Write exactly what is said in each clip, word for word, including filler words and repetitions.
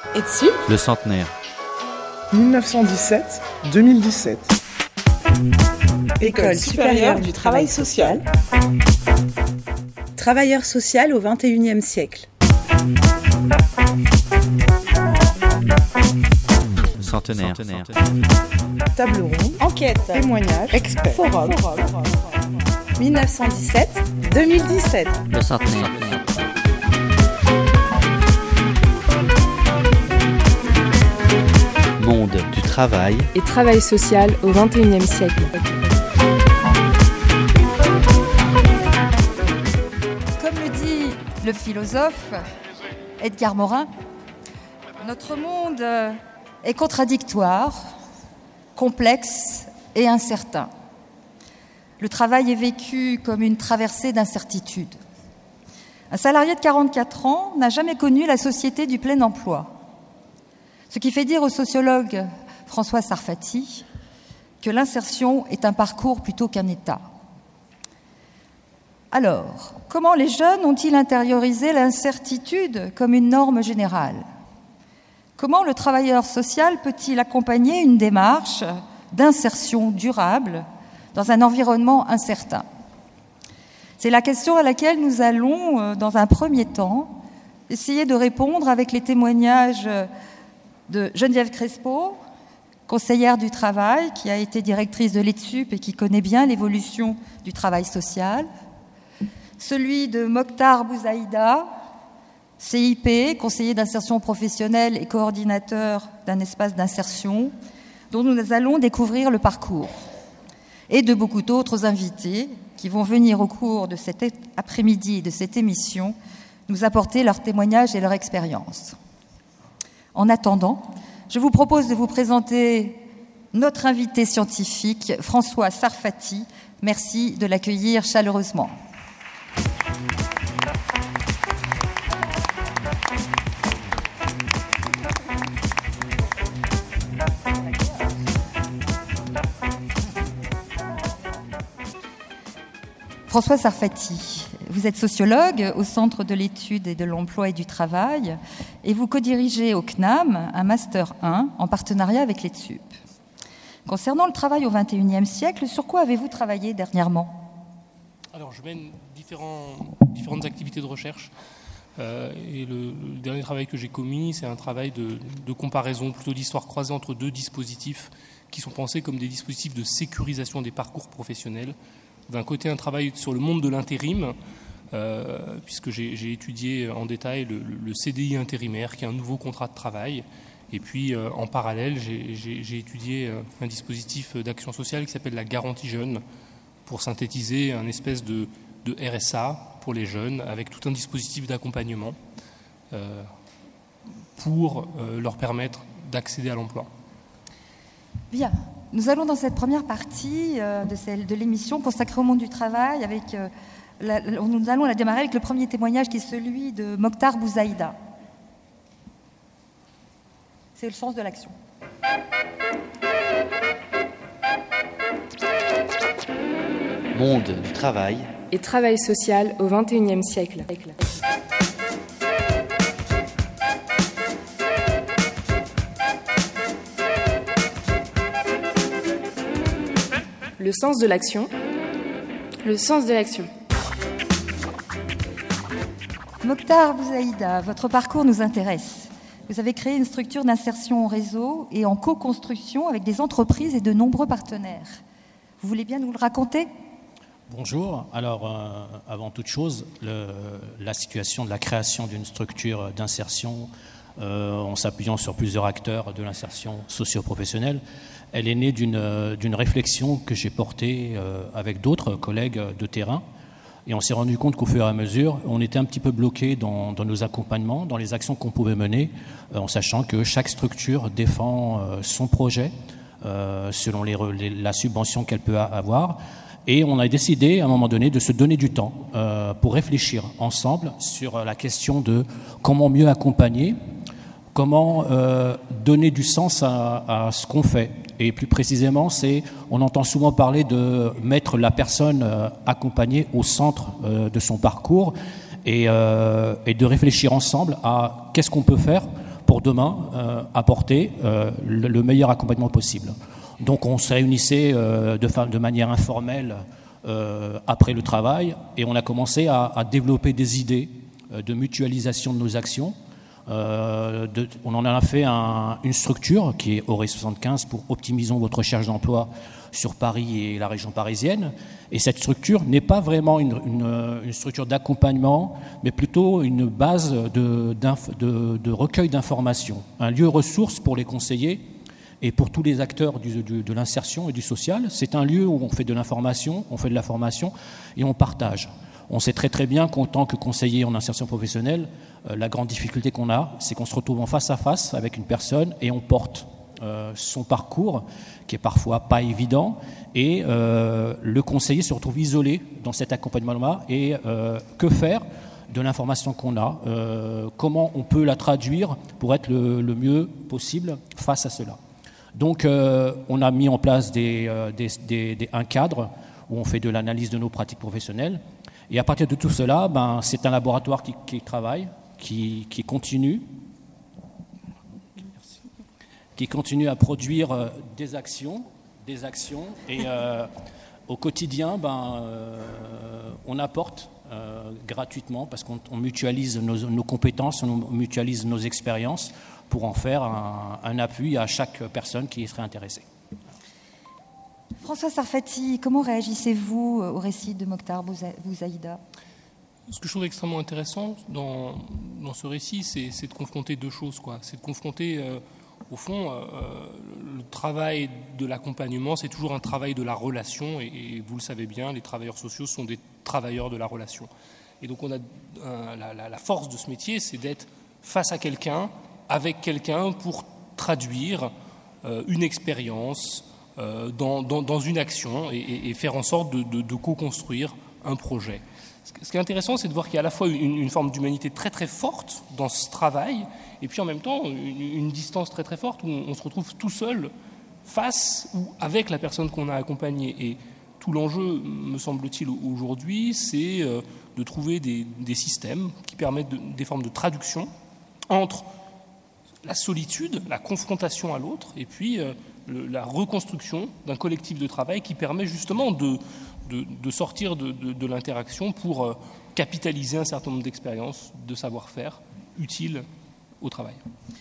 Et dessus, le centenaire. dix-neuf cent dix-sept à deux mille dix-sept. École supérieure du travail social. Travailleur social au vingt et unième siècle. Centenaire. Centenaire. Table ronde, enquête, témoignage, expert, forum. dix-neuf cent dix-sept à deux mille dix-sept. Le centenaire. Monde du travail et travail social au vingt et unième siècle. Comme le dit le philosophe Edgar Morin, notre monde est contradictoire, complexe et incertain. Le travail est vécu comme une traversée d'incertitudes. Un salarié de quarante-quatre ans n'a jamais connu la société du plein emploi. Ce qui fait dire au sociologue François Sarfati que l'insertion est un parcours plutôt qu'un état. Alors, comment les jeunes ont-ils intériorisé l'incertitude comme une norme générale ? Comment le travailleur social peut-il accompagner une démarche d'insertion durable dans un environnement incertain ? C'est la question à laquelle nous allons, dans un premier temps, essayer de répondre avec les témoignages de Geneviève Crespo, conseillère du travail, qui a été directrice de l'E-T-S-U P et qui connaît bien l'évolution du travail social, celui de Mokhtar Bouzaïda, C I P, conseiller d'insertion professionnelle et coordinateur d'un espace d'insertion, dont nous allons découvrir le parcours, et de beaucoup d'autres invités qui vont venir au cours de cet après-midi et de cette émission nous apporter leurs témoignages et leur expérience. En attendant, je vous propose de vous présenter notre invité scientifique, François Sarfati. Merci de l'accueillir chaleureusement. François Sarfati, vous êtes sociologue au Centre de l'étude et de l'emploi et du travail et vous co-dirigez au C N A M un Master un en partenariat avec l'E T S U P. Concernant le travail au vingt et unième siècle, sur quoi avez-vous travaillé dernièrement ? Alors, je mène différents, différentes activités de recherche euh, et le, le dernier travail que j'ai commis, c'est un travail de, de comparaison, plutôt d'histoire croisée entre deux dispositifs qui sont pensés comme des dispositifs de sécurisation des parcours professionnels. D'un côté, un travail sur le monde de l'intérim, euh, puisque j'ai, j'ai étudié en détail le, le C D I intérimaire, qui est un nouveau contrat de travail. Et puis, euh, en parallèle, j'ai, j'ai, j'ai étudié euh, un dispositif d'action sociale qui s'appelle la garantie jeune, pour synthétiser un espèce de, de R S A pour les jeunes, avec tout un dispositif d'accompagnement euh, pour euh, leur permettre d'accéder à l'emploi. Bien. Nous allons dans cette première partie euh, de, celle, de l'émission consacrée au monde du travail. Avec, euh, la, nous allons la démarrer avec le premier témoignage qui est celui de Mokhtar Bouzaïda. C'est le sens de l'action. Monde du travail et travail social au vingt et unième siècle. Le sens de l'action. Le sens de l'action. Mokhtar Bouzaïda, votre parcours nous intéresse. Vous avez créé une structure d'insertion en réseau et en co-construction avec des entreprises et de nombreux partenaires. Vous voulez bien nous le raconter ? Bonjour. Alors, euh, avant toute chose, le, la situation de la création d'une structure d'insertion euh, en s'appuyant sur plusieurs acteurs de l'insertion socio-professionnelle, elle est née d'une, d'une réflexion que j'ai portée euh, avec d'autres collègues de terrain. Et on s'est rendu compte qu'au fur et à mesure, on était un petit peu bloqué dans, dans nos accompagnements, dans les actions qu'on pouvait mener, euh, en sachant que chaque structure défend euh, son projet euh, selon les, les, la subvention qu'elle peut avoir. Et on a décidé, à un moment donné, de se donner du temps euh, pour réfléchir ensemble sur la question de comment mieux accompagner, comment euh, donner du sens à, à ce qu'on fait. Et plus précisément, c'est, on entend souvent parler de mettre la personne euh, accompagnée au centre euh, de son parcours et, euh, et de réfléchir ensemble à qu'est-ce qu'on peut faire pour demain euh, apporter euh, le, le meilleur accompagnement possible. Donc on se réunissait euh, de, de manière informelle euh, après le travail et on a commencé à, à développer des idées euh, de mutualisation de nos actions. Euh, de, on en a fait un, une structure qui est Auré soixante-quinze pour optimisons votre recherche d'emploi sur Paris et la région parisienne. Et cette structure n'est pas vraiment une, une, une structure d'accompagnement, mais plutôt une base de, de, de recueil d'informations, un lieu ressource pour les conseillers et pour tous les acteurs du, du, de l'insertion et du social. C'est un lieu où on fait de l'information, on fait de la formation et on partage. On sait très très bien qu'en tant que conseiller en insertion professionnelle, euh, la grande difficulté qu'on a, c'est qu'on se retrouve en face à face avec une personne et on porte euh, son parcours, qui est parfois pas évident, et euh, le conseiller se retrouve isolé dans cet accompagnement-là. Et euh, que faire de l'information qu'on a, euh, comment on peut la traduire pour être le, le mieux possible face à cela. Donc euh, on a mis en place des, euh, des, des, des, un cadre où on fait de l'analyse de nos pratiques professionnelles. Et à partir de tout cela, ben, c'est un laboratoire qui, qui travaille, qui, qui continue, qui continue à produire euh, des actions, des actions, et euh, au quotidien, ben, euh, on apporte euh, gratuitement parce qu'on on mutualise nos, nos compétences, on mutualise nos expériences pour en faire un, un appui à chaque personne qui y serait intéressée. François Sarfati, comment réagissez-vous au récit de Mokhtar Bouzaïda ? Ce que je trouve extrêmement intéressant dans, dans ce récit, c'est, c'est de confronter deux choses, quoi. C'est de confronter, euh, au fond, euh, le travail de l'accompagnement, c'est toujours un travail de la relation, et, et vous le savez bien, les travailleurs sociaux sont des travailleurs de la relation. Et donc on a euh, la, la, la force de ce métier, c'est d'être face à quelqu'un, avec quelqu'un, pour traduire euh, une expérience, Dans, dans, dans une action et, et faire en sorte de, de, de co-construire un projet. Ce qui est intéressant, c'est de voir qu'il y a à la fois une, une forme d'humanité très très forte dans ce travail et puis en même temps une, une distance très très forte où on, on se retrouve tout seul face ou avec la personne qu'on a accompagnée. Et tout l'enjeu, me semble-t-il, aujourd'hui, c'est de trouver des, des systèmes qui permettent de, des formes de traduction entre la solitude, la confrontation à l'autre et puis euh, le, la reconstruction d'un collectif de travail qui permet justement de, de, de sortir de, de, de l'interaction pour euh, capitaliser un certain nombre d'expériences, de savoir-faire utiles au travail.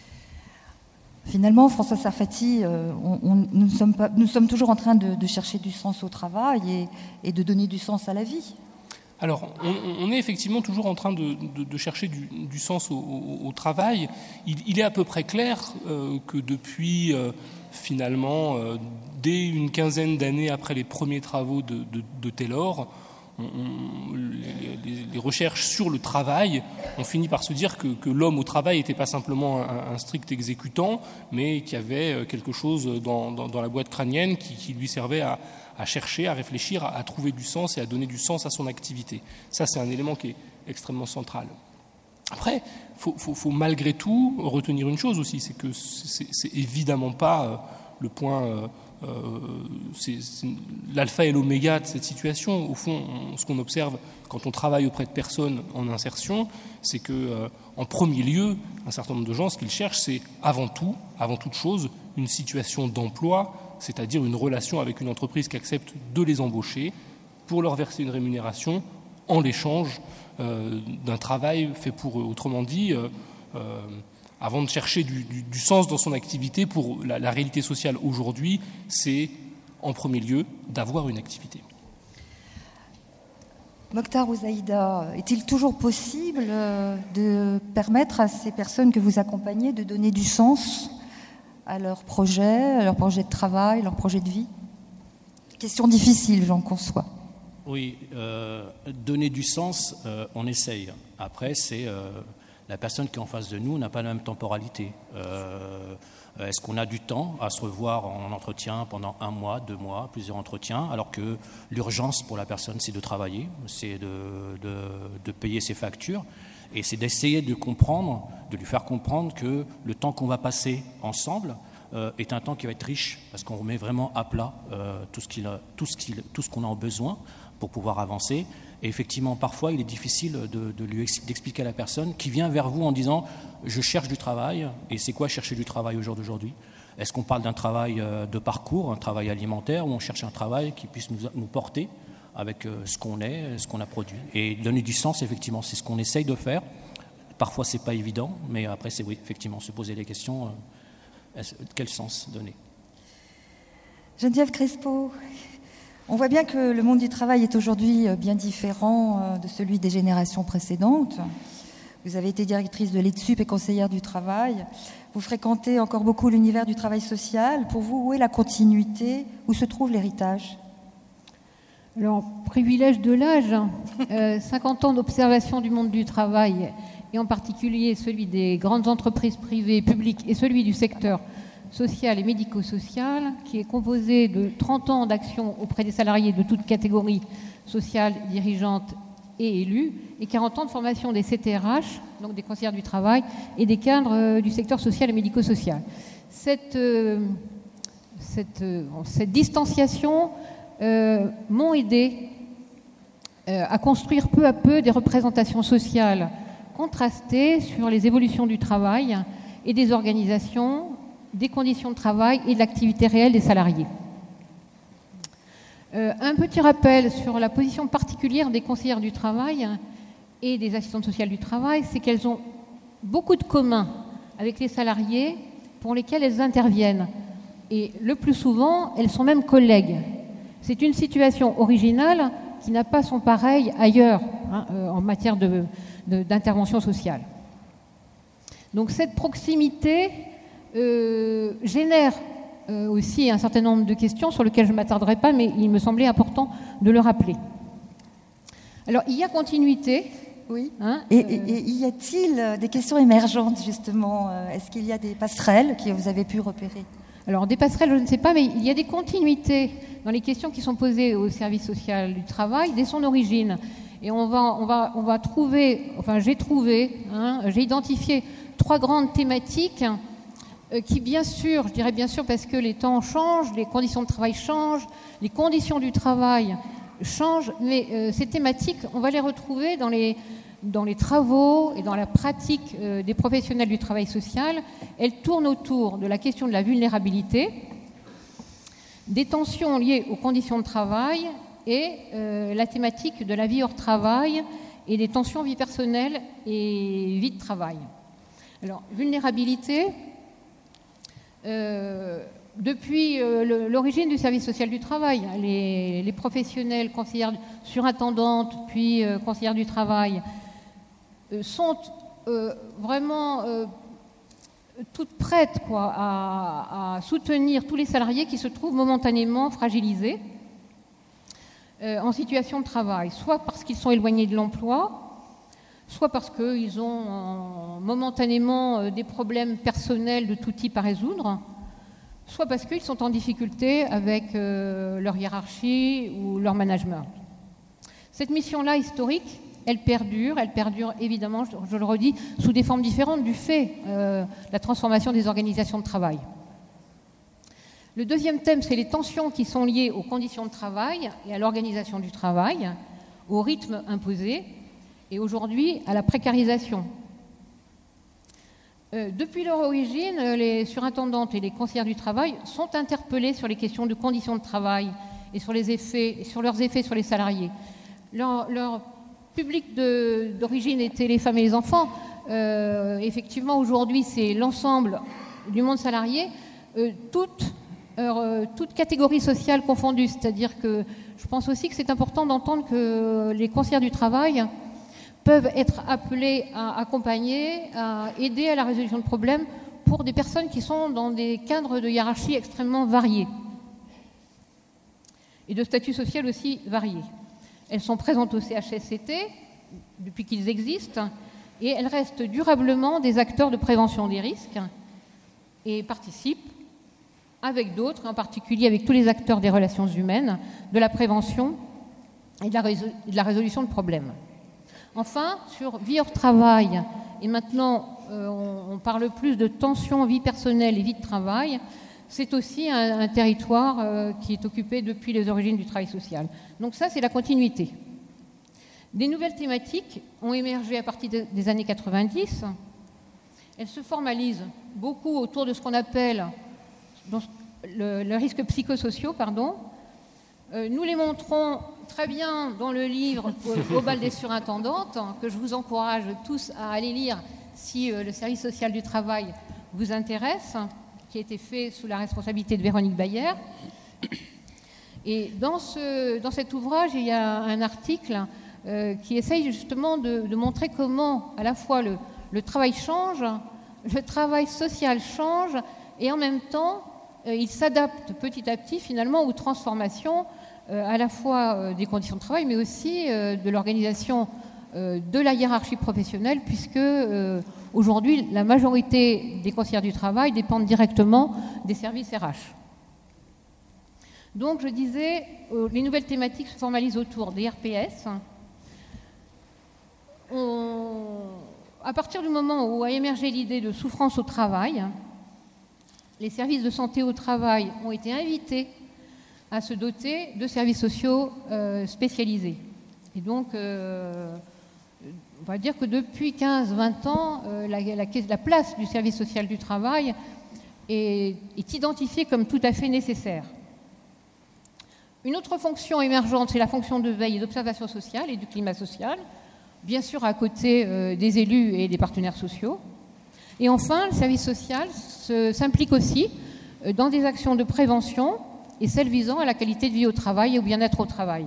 Finalement, François Sarfati, euh, on, on, nous, sommes pas, nous sommes toujours en train de, de chercher du sens au travail et, et de donner du sens à la vie. Alors, on, on est effectivement toujours en train de, de, de chercher du, du sens au, au, au travail. Il, il est à peu près clair euh, que depuis, euh, finalement, euh, dès une quinzaine d'années après les premiers travaux de, de, de Taylor, on, on, les, les, les recherches sur le travail ont fini par se dire que, que l'homme au travail n'était pas simplement un, un strict exécutant, mais qu'il y avait quelque chose dans, dans, dans la boîte crânienne qui, qui lui servait à à chercher, à réfléchir, à, à trouver du sens et à donner du sens à son activité. Ça, c'est un élément qui est extrêmement central. Après, il faut, faut, faut malgré tout retenir une chose aussi, c'est que c'est, c'est évidemment pas euh, le point, euh, euh, c'est, c'est l'alpha et l'oméga de cette situation. Au fond, on, ce qu'on observe quand on travaille auprès de personnes en insertion, c'est que, euh, en premier lieu, un certain nombre de gens, ce qu'ils cherchent, c'est avant tout, avant toute chose, une situation d'emploi, c'est-à-dire une relation avec une entreprise qui accepte de les embaucher pour leur verser une rémunération en l'échange euh, d'un travail fait pour eux. Autrement dit, euh, euh, avant de chercher du, du, du sens dans son activité, pour la, la réalité sociale aujourd'hui, c'est en premier lieu d'avoir une activité. Mokhtar Bouzaïda, est-il toujours possible de permettre à ces personnes que vous accompagnez de donner du sens à leur projet, à leur projet de travail, leur projet de vie ? Question difficile, j'en conçois. Oui, euh, donner du sens, euh, on essaye. Après, c'est euh, la personne qui est en face de nous n'a pas la même temporalité. Euh, est-ce qu'on a du temps à se revoir en entretien pendant un mois, deux mois, plusieurs entretiens, alors que l'urgence pour la personne, c'est de travailler, c'est de, de, de payer ses factures. Et c'est d'essayer de comprendre, de lui faire comprendre que le temps qu'on va passer ensemble euh, est un temps qui va être riche, parce qu'on remet vraiment à plat euh, tout ce qu'il a, tout ce qu'il, tout ce qu'on a besoin pour pouvoir avancer. Et effectivement, parfois, il est difficile de, de lui ex- d'expliquer à la personne qui vient vers vous en disant « je cherche du travail ». Et c'est quoi chercher du travail au jour d'aujourd'hui ? Est-ce qu'on parle d'un travail de parcours, un travail alimentaire, ou on cherche un travail qui puisse nous, nous porter avec ce qu'on est, ce qu'on a produit ? Et donner du sens, effectivement, c'est ce qu'on essaye de faire. Parfois, ce n'est pas évident, mais après, c'est oui, effectivement, se poser les questions, euh, quel sens donner ? Geneviève Crespo, on voit bien que le monde du travail est aujourd'hui bien différent de celui des générations précédentes. Vous avez été directrice de l'E D S U P et conseillère du travail. Vous fréquentez encore beaucoup l'univers du travail social. Pour vous, où est la continuité ? Où se trouve l'héritage ? Alors, privilège de l'âge, euh, cinquante ans d'observation du monde du travail, et en particulier celui des grandes entreprises privées, publiques, et celui du secteur social et médico-social, qui est composé de trente ans d'action auprès des salariés de toutes catégories sociales, dirigeantes et élus, et quarante ans de formation des C T R H, donc des conseillères du travail, et des cadres euh, du secteur social et médico-social. Cette, euh, cette, euh, cette distanciation euh, m'ont aidé euh, à construire peu à peu des représentations sociales contrastées sur les évolutions du travail et des organisations, des conditions de travail et de l'activité réelle des salariés. Euh, un petit rappel sur la position particulière des conseillères du travail et des assistantes sociales du travail, c'est qu'elles ont beaucoup de communs avec les salariés pour lesquels elles interviennent. Et le plus souvent, elles sont même collègues. C'est une situation originale qui n'a pas son pareil ailleurs, hein, euh, en matière de, de, d'intervention sociale. Donc cette proximité euh, génère euh, aussi un certain nombre de questions sur lesquelles je ne m'attarderai pas, mais il me semblait important de le rappeler. Alors, il y a continuité. Oui. Hein, et, euh... et, et y a-t-il des questions émergentes, justement ? Est-ce qu'il y a des passerelles que vous avez pu repérer ? Alors, des passerelles, je ne sais pas, mais il y a des continuités dans les questions qui sont posées au service social du travail dès son origine. Et on va, on va, on va trouver, enfin, j'ai trouvé, hein, j'ai identifié trois grandes thématiques euh, qui, bien sûr, je dirais bien sûr parce que les temps changent, les conditions de travail changent, les conditions du travail changent, mais euh, ces thématiques, on va les retrouver dans les, dans les travaux et dans la pratique euh, des professionnels du travail social. Elles tournent autour de la question de la vulnérabilité, des tensions liées aux conditions de travail et euh, la thématique de la vie hors travail et des tensions vie personnelle et vie de travail. Alors, vulnérabilité, euh, depuis euh, le, l'origine du service social du travail, les, les professionnels, conseillères surintendantes, puis euh, conseillères du travail, euh, sont euh, vraiment euh, toutes prêtes quoi, à, à soutenir tous les salariés qui se trouvent momentanément fragilisés euh, en situation de travail, soit parce qu'ils sont éloignés de l'emploi, soit parce qu'ils ont euh, momentanément euh, des problèmes personnels de tout type à résoudre, soit parce qu'ils sont en difficulté avec euh, leur hiérarchie ou leur management. Cette mission-là, historique, elle perdure, elle perdure évidemment, je, je le redis, sous des formes différentes du fait euh, de la transformation des organisations de travail. Le deuxième thème, c'est les tensions qui sont liées aux conditions de travail et à l'organisation du travail, au rythme imposé, et aujourd'hui à la précarisation. Euh, depuis leur origine, les surintendantes et les conseillères du travail sont interpellées sur les questions de conditions de travail et sur, les effets, sur leurs effets sur les salariés. Leur, leur public de, d'origine était les femmes et les enfants. Euh, effectivement, aujourd'hui, c'est l'ensemble du monde salarié, euh, toutes, euh, toutes catégories sociales confondues. C'est-à-dire que je pense aussi que c'est important d'entendre que les conseillères du travail peuvent être appelés à accompagner, à aider à la résolution de problèmes pour des personnes qui sont dans des cadres de hiérarchie extrêmement variés et de statut social aussi variés. Elles sont présentes au C H S C T depuis qu'ils existent et elles restent durablement des acteurs de prévention des risques et participent avec d'autres, en particulier avec tous les acteurs des relations humaines, de la prévention et de la, résol- de la résolution de problèmes. Enfin, sur vie hors travail, et maintenant euh, on, on parle plus de tension vie personnelle et vie de travail, c'est aussi un, un territoire euh, qui est occupé depuis les origines du travail social. Donc ça, c'est la continuité. Des nouvelles thématiques ont émergé à partir des années quatre-vingt-dix. Elles se formalisent beaucoup autour de ce qu'on appelle le, le risque psychosociaux, pardon. Euh, nous les montrons très bien dans le livre Au, au bal des surintendantes, que je vous encourage tous à aller lire si euh, le service social du travail vous intéresse, qui a été fait sous la responsabilité de Véronique Bayer. Et dans, ce, dans cet ouvrage, il y a un article euh, qui essaye justement de, de montrer comment à la fois le, le travail change, le travail social change, et en même temps, euh, il s'adapte petit à petit finalement aux transformations euh, à la fois euh, des conditions de travail, mais aussi euh, de l'organisation euh, de la hiérarchie professionnelle, puisque euh, aujourd'hui, la majorité des conseillers du travail dépendent directement des services R H. Donc, je disais, euh, les nouvelles thématiques se formalisent autour des R P S. On... À partir du moment où a émergé l'idée de souffrance au travail, les services de santé au travail ont été invités à se doter de services sociaux euh, spécialisés. Et donc, euh, on va dire que depuis quinze à vingt ans, euh, la, la, la place du service social du travail est, est identifiée comme tout à fait nécessaire. Une autre fonction émergente, c'est la fonction de veille et d'observation sociale et du climat social, bien sûr à côté euh, des élus et des partenaires sociaux. Et enfin, le service social se, s'implique aussi euh, dans des actions de prévention et celles visant à la qualité de vie au travail et au bien-être au travail.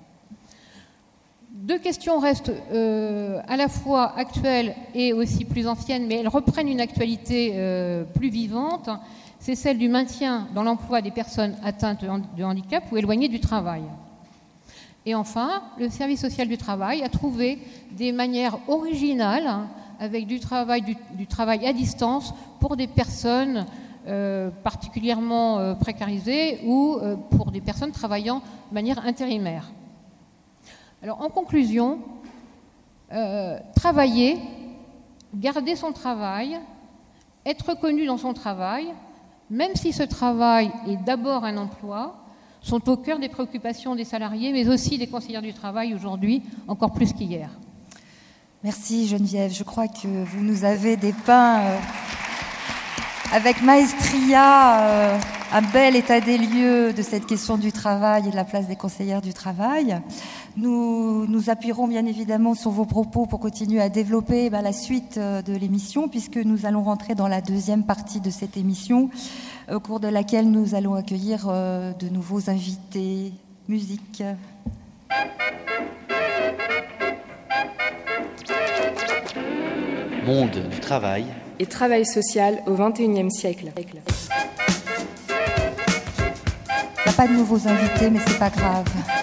Deux questions restent euh, à la fois actuelles et aussi plus anciennes, mais elles reprennent une actualité euh, plus vivante. C'est celle du maintien dans l'emploi des personnes atteintes de handicap ou éloignées du travail. Et enfin, le service social du travail a trouvé des manières originales avec du travail, du, du travail à distance pour des personnes euh, particulièrement euh, précarisées ou euh, pour des personnes travaillant de manière intérimaire. Alors, en conclusion, euh, travailler, garder son travail, être reconnu dans son travail, même si ce travail est d'abord un emploi, sont au cœur des préoccupations des salariés, mais aussi des conseillers du travail aujourd'hui, encore plus qu'hier. Merci Geneviève. Je crois que vous nous avez dépeint euh, avec maestria euh, un bel état des lieux de cette question du travail et de la place des conseillères du travail. Nous nous appuierons bien évidemment sur vos propos pour continuer à développer ben, la suite euh, de l'émission, puisque nous allons rentrer dans la deuxième partie de cette émission, au cours de laquelle nous allons accueillir euh, de nouveaux invités. Musique. Monde du travail et travail social au vingt et unième siècle. Il n'y a pas de nouveaux invités, mais c'est pas grave.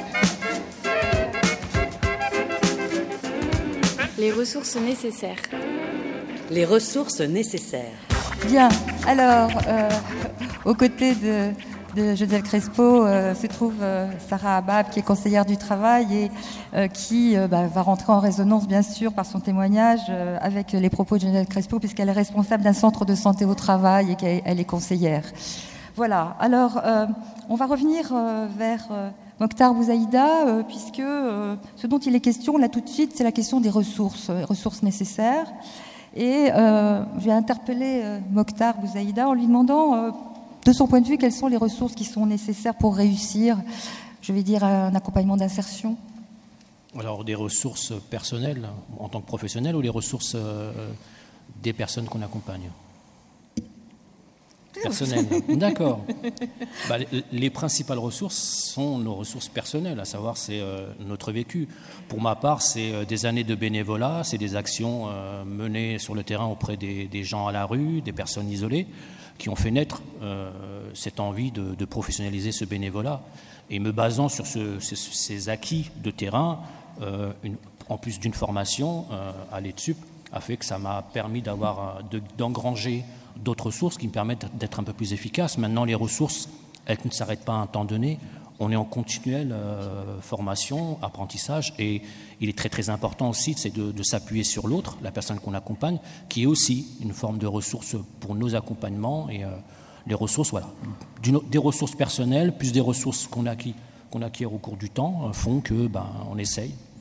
Les ressources nécessaires. Les ressources nécessaires. Bien, alors, euh, aux côtés de, de Geneviève Crespo euh, se trouve euh, Sarah Abab, qui est conseillère du travail et euh, qui euh, bah, va rentrer en résonance, bien sûr, par son témoignage euh, avec les propos de Geneviève Crespo, puisqu'elle est responsable d'un centre de santé au travail et qu'elle est conseillère. Voilà, alors, euh, on va revenir euh, vers euh, Mokhtar Bouzaïda, euh, puisque euh, ce dont il est question, là, tout de suite, c'est la question des ressources, les ressources nécessaires. Et euh, je vais interpeller euh, Mokhtar Bouzaïda en lui demandant, euh, de son point de vue, quelles sont les ressources qui sont nécessaires pour réussir, je vais dire, un accompagnement d'insertion. Alors, des ressources personnelles en tant que professionnel ou les ressources euh, des personnes qu'on accompagne? Personnelles. D'accord. Bah, les, les principales ressources sont nos ressources personnelles, à savoir c'est euh, notre vécu. Pour ma part, c'est euh, des années de bénévolat, c'est des actions euh, menées sur le terrain auprès des, des gens à la rue, des personnes isolées, qui ont fait naître euh, cette envie de, de professionnaliser ce bénévolat. Et me basant sur ce, ces, ces acquis de terrain, euh, une, en plus d'une formation euh, à l'ETSUP, a fait que ça m'a permis d'avoir, de, d'engranger d'autres ressources qui me permettent d'être un peu plus efficace. Maintenant, les ressources, elles ne s'arrêtent pas à un temps donné. On est en continuelle euh, formation, apprentissage, et il est très très important aussi, c'est de, de s'appuyer sur l'autre, la personne qu'on accompagne, qui est aussi une forme de ressource pour nos accompagnements. Et euh, les ressources, voilà, D'une, des ressources personnelles plus des ressources qu'on acquiert, qu'on acquiert au cours du temps, euh, font que ben, on essaye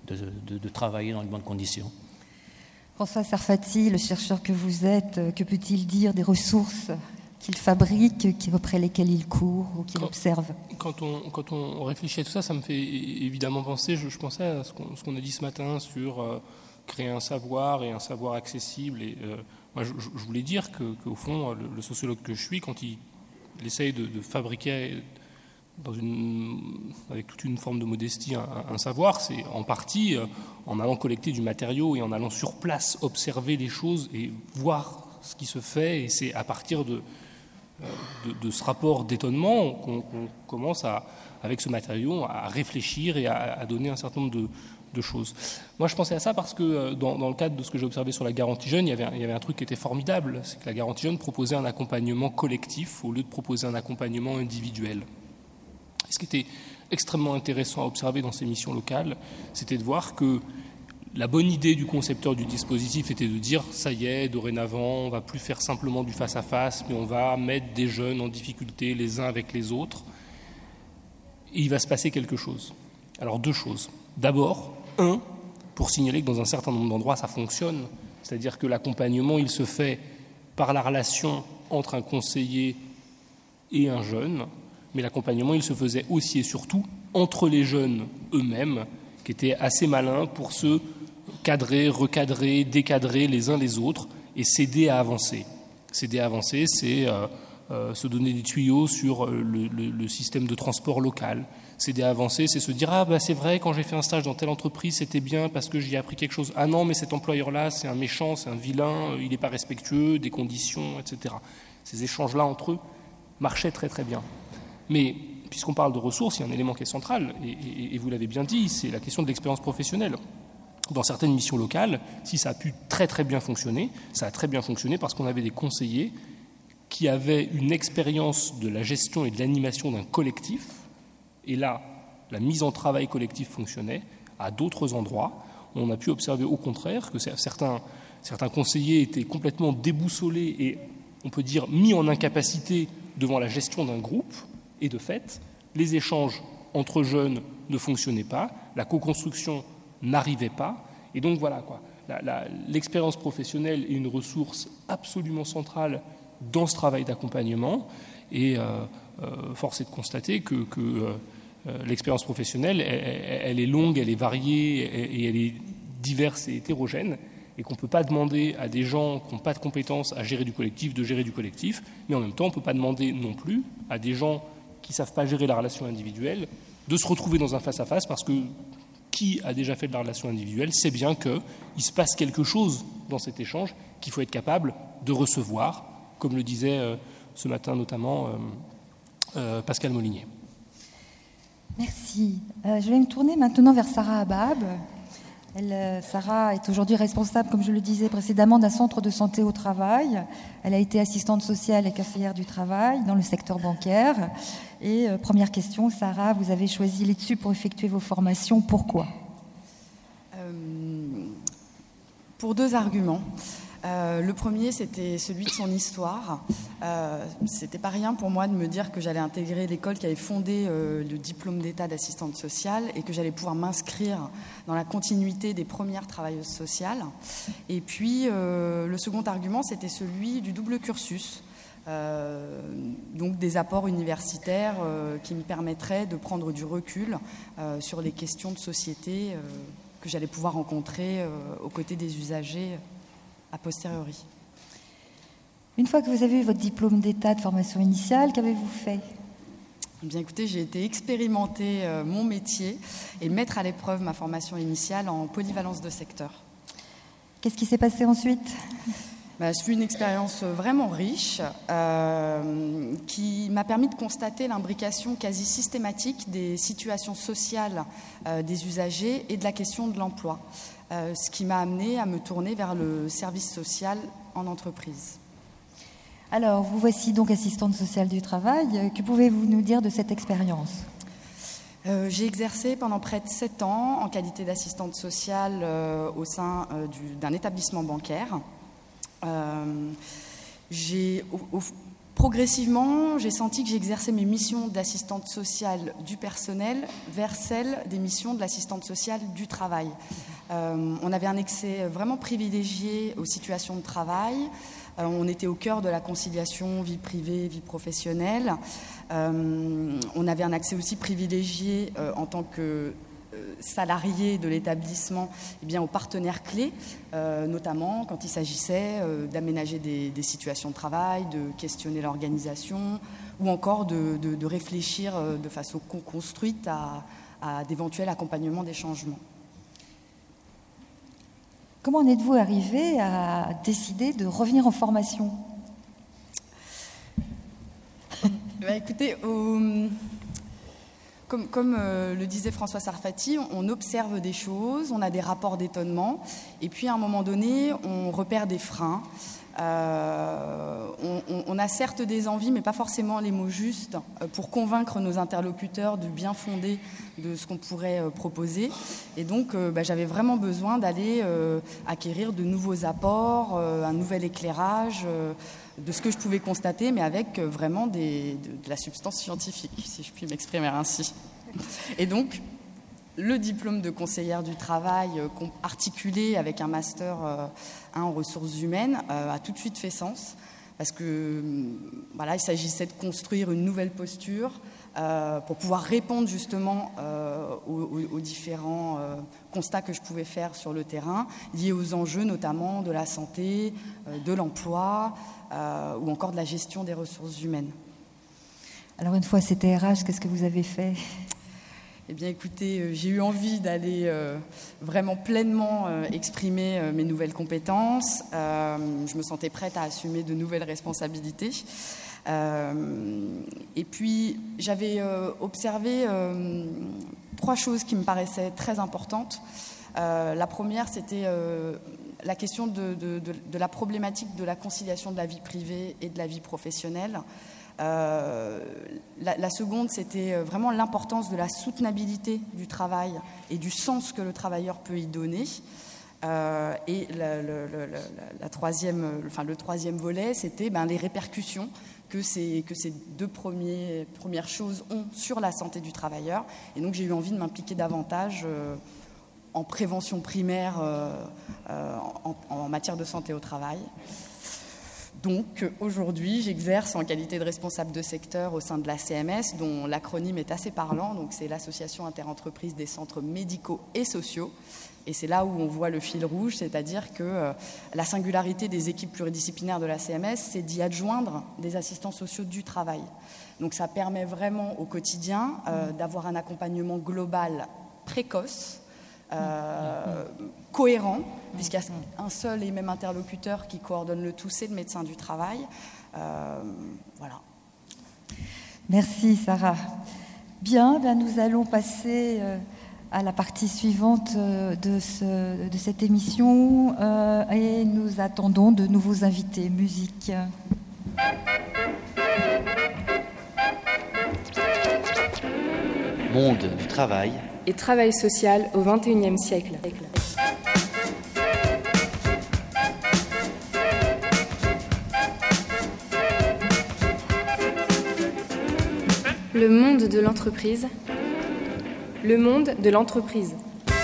de, de, de travailler dans de bonnes conditions. François Sarfati, le chercheur que vous êtes, que peut-il dire des ressources qu'il fabrique, après lesquelles il court ou qu'il quand, observe? Quand on, quand on réfléchit à tout ça, ça me fait évidemment penser, je, je pensais à ce qu'on, ce qu'on a dit ce matin sur euh, créer un savoir et un savoir accessible. Et, euh, moi, je, je voulais dire que, qu'au fond, le, le sociologue que je suis, quand il, il essaye de, de fabriquer dans une, avec toute une forme de modestie un, un savoir, c'est en partie euh, en allant collecter du matériau et en allant sur place observer les choses et voir ce qui se fait. Et c'est à partir de, euh, de, de ce rapport d'étonnement qu'on, qu'on commence à, avec ce matériau à réfléchir et à, à donner un certain nombre de, de choses. Moi, je pensais à ça parce que dans, dans le cadre de ce que j'ai observé sur la garantie jeune, il y avait, il y avait un truc qui était formidable, c'est que la garantie jeune proposait un accompagnement collectif au lieu de proposer un accompagnement individuel. Ce qui était extrêmement intéressant à observer dans ces missions locales, c'était de voir que la bonne idée du concepteur du dispositif était de dire « ça y est, dorénavant, on ne va plus faire simplement du face-à-face, mais on va mettre des jeunes en difficulté les uns avec les autres, et il va se passer quelque chose ». Alors deux choses. D'abord, un, pour signaler que dans un certain nombre d'endroits, ça fonctionne, c'est-à-dire que l'accompagnement, il se fait par la relation entre un conseiller et un jeune, mais l'accompagnement, il se faisait aussi et surtout entre les jeunes eux-mêmes, qui étaient assez malins pour se cadrer, recadrer, décadrer les uns les autres et s'aider à avancer. S'aider à avancer, c'est euh, euh, se donner des tuyaux sur le, le, le système de transport local. S'aider à avancer, c'est se dire « Ah, bah, c'est vrai, quand j'ai fait un stage dans telle entreprise, c'était bien parce que j'y ai appris quelque chose. Ah non, mais cet employeur-là, c'est un méchant, c'est un vilain, il n'est pas respectueux, des conditions, et cetera » Ces échanges-là entre eux marchaient très très bien. Mais puisqu'on parle de ressources, il y a un élément qui est central, et, et, et vous l'avez bien dit, c'est la question de l'expérience professionnelle. Dans certaines missions locales, si ça a pu très très bien fonctionner, ça a très bien fonctionné parce qu'on avait des conseillers qui avaient une expérience de la gestion et de l'animation d'un collectif, et là, la mise en travail collectif fonctionnait. À d'autres endroits, on a pu observer au contraire que certains, certains conseillers étaient complètement déboussolés et, on peut dire, mis en incapacité devant la gestion d'un groupe. Et de fait, les échanges entre jeunes ne fonctionnaient pas, la co-construction n'arrivait pas. Et donc voilà, quoi. La, la, l'expérience professionnelle est une ressource absolument centrale dans ce travail d'accompagnement. Et euh, euh, force est de constater que, que euh, l'expérience professionnelle, elle, elle est longue, elle est variée et elle est diverse et hétérogène. Et qu'on ne peut pas demander à des gens qui n'ont pas de compétences à gérer du collectif de gérer du collectif. Mais en même temps, on ne peut pas demander non plus à des gens qui ne savent pas gérer la relation individuelle, de se retrouver dans un face-à-face, parce que qui a déjà fait de la relation individuelle sait bien qu'il se passe quelque chose dans cet échange qu'il faut être capable de recevoir, comme le disait euh, ce matin notamment euh, euh, Pascal Molinier. Merci. Euh, je vais me tourner maintenant vers Sarah Habab. Elle, euh, Sarah est aujourd'hui responsable, comme je le disais précédemment, d'un centre de santé au travail. Elle a été assistante sociale et conseillère du travail dans le secteur bancaire. Et euh, première question, Sarah, vous avez choisi l'E T S U pour effectuer vos formations. Pourquoi ? euh, Pour deux arguments. Euh, le premier, c'était celui de son histoire. Euh, c'était pas rien pour moi de me dire que j'allais intégrer l'école qui avait fondé euh, le diplôme d'État d'assistante sociale et que j'allais pouvoir m'inscrire dans la continuité des premières travailleuses sociales. Et puis, euh, le second argument, c'était celui du double cursus. Euh, donc des apports universitaires euh, qui me permettraient de prendre du recul euh, sur les questions de société euh, que j'allais pouvoir rencontrer euh, aux côtés des usagers a posteriori. Une fois que vous avez eu votre diplôme d'État de formation initiale, qu'avez-vous fait ? Eh bien, écoutez, j'ai été expérimenter euh, mon métier et mettre à l'épreuve ma formation initiale en polyvalence de secteur. Qu'est-ce qui s'est passé ensuite ? Bah, c'est une expérience vraiment riche euh, qui m'a permis de constater l'imbrication quasi systématique des situations sociales euh, des usagers et de la question de l'emploi, euh, ce qui m'a amené à me tourner vers le service social en entreprise. Alors, vous voici donc assistante sociale du travail. Que pouvez-vous nous dire de cette expérience ? Euh, j'ai exercé pendant près de sept ans en qualité d'assistante sociale euh, au sein euh, du, d'un établissement bancaire. Euh, j'ai, au, au, Progressivement, j'ai senti que j'exerçais mes missions d'assistante sociale du personnel vers celles des missions de l'assistante sociale du travail. Euh, on avait un accès vraiment privilégié aux situations de travail. Euh, on était au cœur de la conciliation vie privée, vie professionnelle. Euh, on avait un accès aussi privilégié euh, en tant que salariés de l'établissement, eh bien, aux partenaires clés, euh, notamment quand il s'agissait euh, d'aménager des, des situations de travail, de questionner l'organisation, ou encore de, de, de réfléchir euh, de façon co-construite à, à d'éventuels accompagnements des changements. Comment en êtes-vous arrivé à décider de revenir en formation ? Bah, écoutez, au... Comme, comme euh, le disait François Sarfati, on, on observe des choses, on a des rapports d'étonnement, et puis à un moment donné, on repère des freins. Euh, on, on, on a certes des envies, mais pas forcément les mots justes, euh, pour convaincre nos interlocuteurs du bien fondé de ce qu'on pourrait euh, proposer. Et donc, euh, bah, j'avais vraiment besoin d'aller euh, acquérir de nouveaux apports, euh, un nouvel éclairage, euh, de ce que je pouvais constater, mais avec euh, vraiment des, de, de la substance scientifique, si je puis m'exprimer ainsi. Et donc, le diplôme de conseillère du travail euh, articulé avec un master euh, en ressources humaines euh, a tout de suite fait sens, parce que euh, voilà, il s'agissait de construire une nouvelle posture euh, pour pouvoir répondre justement euh, aux, aux, aux différents euh, constats que je pouvais faire sur le terrain, liés aux enjeux notamment de la santé, euh, de l'emploi, Euh, ou encore de la gestion des ressources humaines. Alors une fois c'était R H, qu'est-ce que vous avez fait ? Eh bien écoutez, euh, j'ai eu envie d'aller euh, vraiment pleinement euh, exprimer euh, mes nouvelles compétences. Euh, je me sentais prête à assumer de nouvelles responsabilités. Euh, et puis j'avais euh, observé euh, trois choses qui me paraissaient très importantes. Euh, la première, c'était euh, la question de, de, de, de la problématique de la conciliation de la vie privée et de la vie professionnelle. Euh, la, la seconde, c'était vraiment l'importance de la soutenabilité du travail et du sens que le travailleur peut y donner. Euh, et la, la, la, la troisième, enfin, le troisième volet, c'était ben, les répercussions que ces, que ces deux premiers, premières choses ont sur la santé du travailleur. Et donc j'ai eu envie de m'impliquer davantage euh, en prévention primaire euh, euh, en, en matière de santé au travail. Donc aujourd'hui, j'exerce en qualité de responsable de secteur au sein de la C M S, dont l'acronyme est assez parlant. Donc c'est l'Association interentreprises des centres médicaux et sociaux. Et c'est là où on voit le fil rouge, c'est-à-dire que euh, la singularité des équipes pluridisciplinaires de la C M S, c'est d'y adjoindre des assistants sociaux du travail. Donc ça permet vraiment au quotidien euh, d'avoir un accompagnement global précoce, Euh, cohérent, puisqu'il y a un seul et même interlocuteur qui coordonne le tout, c'est le médecin du travail. Euh, voilà. Merci Sarah. Bien, ben nous allons passer euh, à la partie suivante euh, de, ce, de cette émission euh, et nous attendons de nouveaux invités. Musique. Monde du travail et travail social au vingt et unième siècle. Le monde de l'entreprise. Le monde de l'entreprise.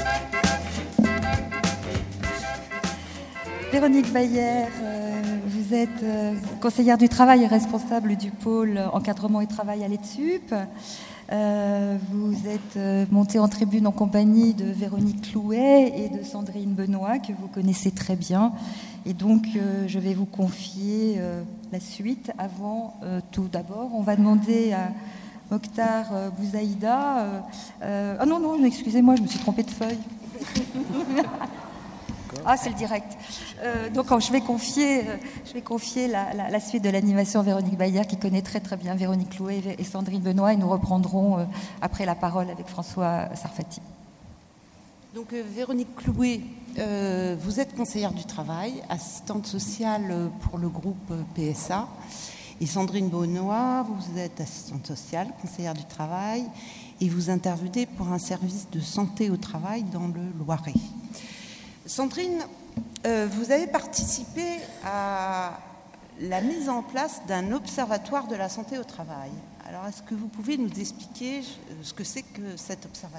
Véronique Bayer, euh, vous êtes euh, conseillère du travail et responsable du pôle encadrement et travail à l'ETSUP. Euh, vous êtes euh, montée en tribune en compagnie de Véronique Clouet et de Sandrine Benoît, que vous connaissez très bien. Et donc, euh, je vais vous confier euh, la suite. Avant euh, tout d'abord, on va demander à Mokhtar euh, Bouzaïda... Euh, euh, ah non, non, excusez-moi, je me suis trompée de feuille. Ah, c'est le direct. Euh, donc, je vais confier, euh, je vais confier la, la, la suite de l'animation à Véronique Bayer, qui connaît très très bien Véronique Clouet et Sandrine Benoît, et nous reprendrons euh, après la parole avec François Sarfati. Donc, euh, Véronique Clouet, euh, vous êtes conseillère du travail, assistante sociale pour le groupe P S A, et Sandrine Benoît, vous êtes assistante sociale, conseillère du travail, et vous intervenez pour un service de santé au travail dans le Loiret. Sandrine, euh, vous avez participé à la mise en place d'un observatoire de la santé au travail. Alors, est-ce que vous pouvez nous expliquer ce que c'est que cet observatoire ?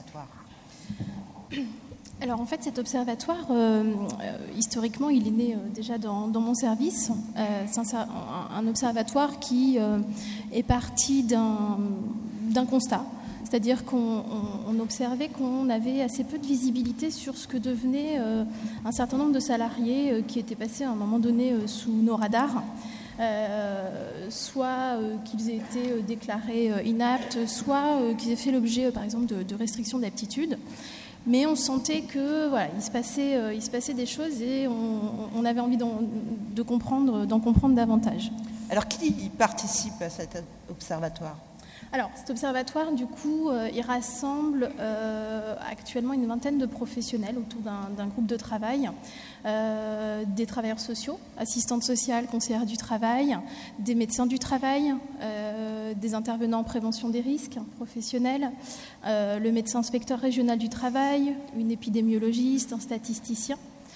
Alors en fait, cet observatoire, euh, euh, historiquement, il est né euh, déjà dans, dans mon service. Euh, c'est un, un observatoire qui euh, est parti d'un, d'un constat. C'est-à-dire qu'on on, on observait qu'on avait assez peu de visibilité sur ce que devenaient euh, un certain nombre de salariés euh, qui étaient passés à un moment donné euh, sous nos radars. Euh, soit euh, qu'ils aient été euh, déclarés euh, inaptes, soit euh, qu'ils aient fait l'objet, euh, par exemple, de, de restrictions d'aptitude. Mais on sentait que voilà, il se passait, euh, il se passait des choses et on, on avait envie d'en, de comprendre, d'en comprendre davantage. Alors, qui participe à cet observatoire ? Alors, cet observatoire, du coup, euh, il rassemble euh, actuellement une vingtaine de professionnels autour d'un, d'un groupe de travail, euh, des travailleurs sociaux, assistantes sociales, conseillères du travail, des médecins du travail, euh, des intervenants en prévention des risques professionnels, euh, le médecin inspecteur régional du travail, une épidémiologiste, un statisticien.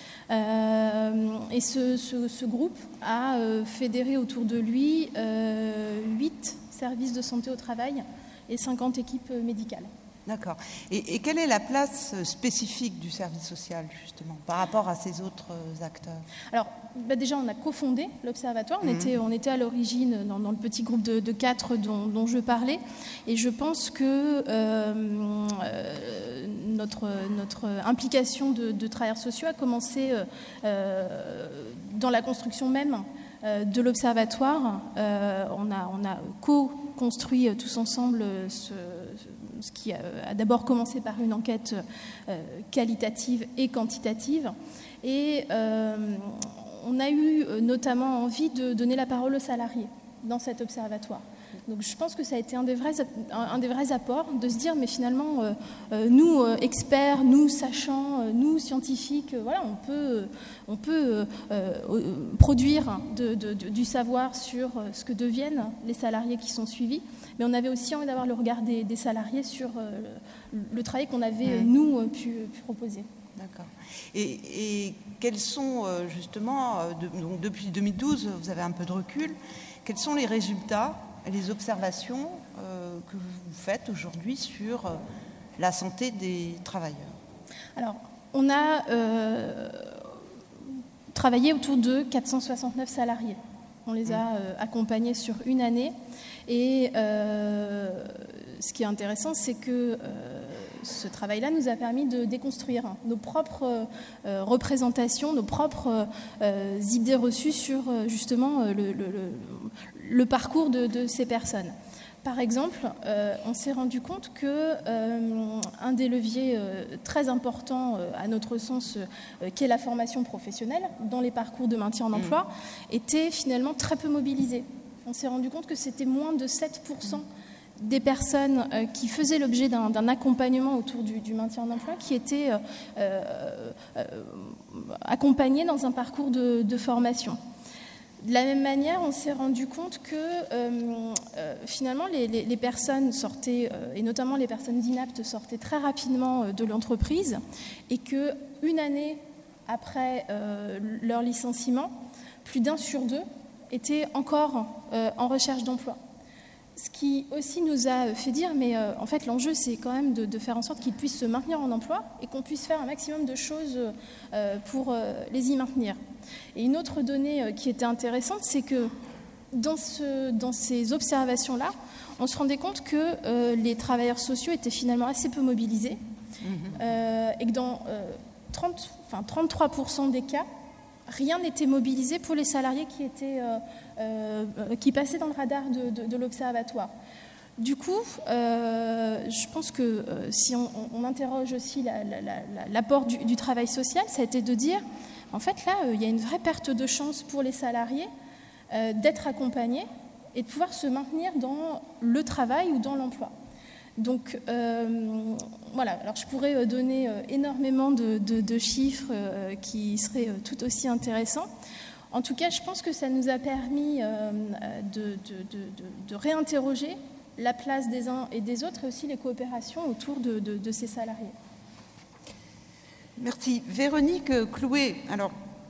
Euh, et ce, ce, ce groupe a euh, fédéré autour de lui euh, huit services de santé au travail et cinquante équipes médicales. D'accord. Et, et quelle est la place spécifique du service social, justement, par rapport à ces autres acteurs ? Alors, bah déjà, on a cofondé l'Observatoire. On, mmh. était, on était à l'origine dans, dans le petit groupe de, de quatre dont, dont je parlais. Et je pense que euh, euh, notre, notre implication de, de travailleurs sociaux a commencé euh, dans la construction même de l'Observatoire. Euh, on a, on a co-construit tous ensemble ce, ce qui a, a d'abord commencé par une enquête euh, qualitative et quantitative. Et euh, on a eu notamment envie de donner la parole aux salariés dans cet observatoire. Donc je pense que ça a été un des vrais, un des vrais apports, de se dire, mais finalement, euh, euh, nous, euh, experts, nous, sachants, euh, nous, scientifiques, euh, voilà, on peut, on peut euh, euh, produire de, de, de, du savoir sur euh, ce que deviennent les salariés qui sont suivis, mais on avait aussi envie d'avoir le regard des, des salariés sur euh, le, le travail qu'on avait, mmh. nous, euh, pu, pu proposer. D'accord. Et, et quels sont, euh, justement, euh, de, donc depuis deux mille douze, vous avez un peu de recul, quels sont les résultats, les observations euh, que vous faites aujourd'hui sur euh, la santé des travailleurs ? Alors, on a euh, travaillé autour de quatre cent soixante-neuf salariés. On les a euh, accompagnés sur une année. Et euh, ce qui est intéressant, c'est que euh, ce travail-là nous a permis de déconstruire nos propres euh, représentations, nos propres euh, idées reçues sur euh, justement le, le, le, le parcours de, de ces personnes. Par exemple, euh, on s'est rendu compte que euh, un des leviers euh, très importants euh, à notre sens, euh, qu'est la formation professionnelle dans les parcours de maintien en emploi, mmh. était finalement très peu mobilisé. On s'est rendu compte que c'était moins de sept pour cent des personnes euh, qui faisaient l'objet d'un, d'un accompagnement autour du, du maintien en emploi qui étaient euh, euh, euh, accompagnées dans un parcours de, de formation. De la même manière, on s'est rendu compte que euh, euh, finalement les, les, les personnes sortaient, euh, et notamment les personnes inaptes, sortaient très rapidement euh, de l'entreprise et qu'une année après euh, leur licenciement, plus d'un sur deux étaient encore euh, en recherche d'emploi. Ce qui aussi nous a fait dire, mais euh, en fait l'enjeu c'est quand même de, de faire en sorte qu'ils puissent se maintenir en emploi et qu'on puisse faire un maximum de choses euh, pour euh, les y maintenir. Et une autre donnée euh, qui était intéressante, c'est que dans, ce, dans ces observations-là, on se rendait compte que euh, les travailleurs sociaux étaient finalement assez peu mobilisés mmh. euh, et que dans euh, trente, enfin, trente-trois pour cent des cas, rien n'était mobilisé pour les salariés qui, étaient, euh, euh, qui passaient dans le radar de, de, de l'Observatoire. Du coup, euh, je pense que euh, si on, on interroge aussi la, la, la, l'apport du, du travail social, ça a été de dire, en fait, là, euh, il y a une vraie perte de chance pour les salariés euh, d'être accompagnés et de pouvoir se maintenir dans le travail ou dans l'emploi. Donc, euh, voilà. Alors, je pourrais donner euh, énormément de, de, de chiffres euh, qui seraient euh, tout aussi intéressants. En tout cas, je pense que ça nous a permis euh, de, de, de, de réinterroger la place des uns et des autres et aussi les coopérations autour de, de, de ces salariés. Merci. Véronique Clouet, alors,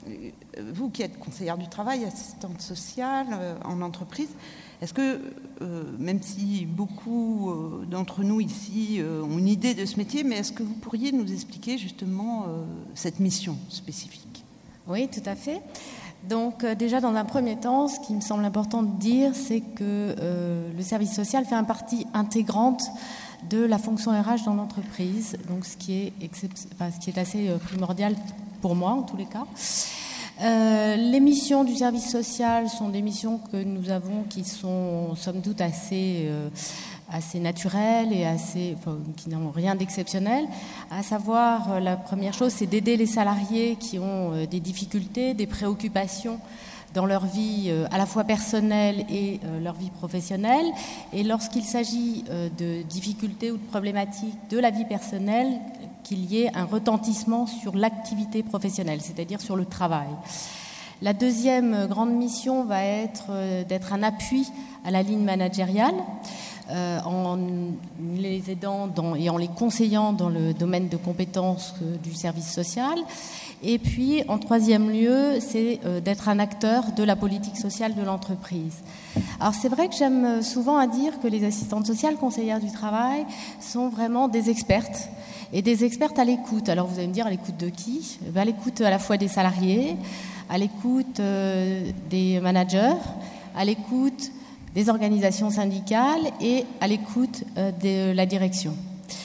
vous qui êtes conseillère du travail, assistante sociale euh, en entreprise, est-ce que, euh, même si beaucoup euh, d'entre nous ici euh, ont une idée de ce métier, mais est-ce que vous pourriez nous expliquer justement euh, cette mission spécifique ? Oui, tout à fait. Donc euh, déjà, dans un premier temps, ce qui me semble important de dire, c'est que euh, le service social fait une partie intégrante de la fonction R H dans l'entreprise, donc ce qui est, excep- enfin, ce qui est assez euh, primordial pour moi, en tous les cas. Euh, les missions du service social sont des missions que nous avons qui sont, somme toute, assez, euh, assez naturelles et assez, enfin, qui n'ont rien d'exceptionnel. À savoir, euh, la première chose, c'est d'aider les salariés qui ont euh, des difficultés, des préoccupations dans leur vie euh, à la fois personnelle et euh, leur vie professionnelle. Et lorsqu'il s'agit euh, de difficultés ou de problématiques de la vie personnelle, qu'il y ait un retentissement sur l'activité professionnelle, c'est-à-dire sur le travail. La deuxième grande mission va être euh, d'être un appui à la ligne managériale, euh, en les aidant dans, et en les conseillant dans le domaine de compétences euh, du service social. Et puis, en troisième lieu, c'est euh, d'être un acteur de la politique sociale de l'entreprise. Alors, c'est vrai que j'aime souvent à dire que les assistantes sociales, conseillères du travail, sont vraiment des expertes, et des expertes à l'écoute. Alors, vous allez me dire, à l'écoute de qui ? Eh bien, à l'écoute à la fois des salariés, à l'écoute euh, des managers, à l'écoute des organisations syndicales et à l'écoute euh, de la direction.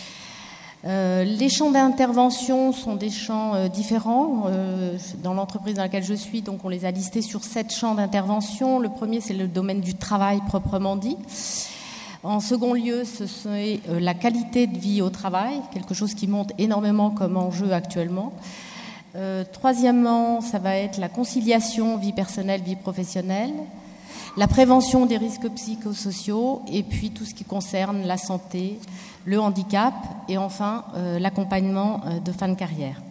Euh, les champs d'intervention sont des champs euh, différents. Euh, dans l'entreprise dans laquelle je suis, donc on les a listés sur sept champs d'intervention. Le premier, c'est le domaine du travail proprement dit. En second lieu, ce c'est euh, la qualité de vie au travail, quelque chose qui monte énormément comme enjeu actuellement. Euh, troisièmement, ça va être la conciliation vie personnelle, vie professionnelle, la prévention des risques psychosociaux et puis tout ce qui concerne la santé, le handicap et enfin euh, l'accompagnement euh, de fin de carrière.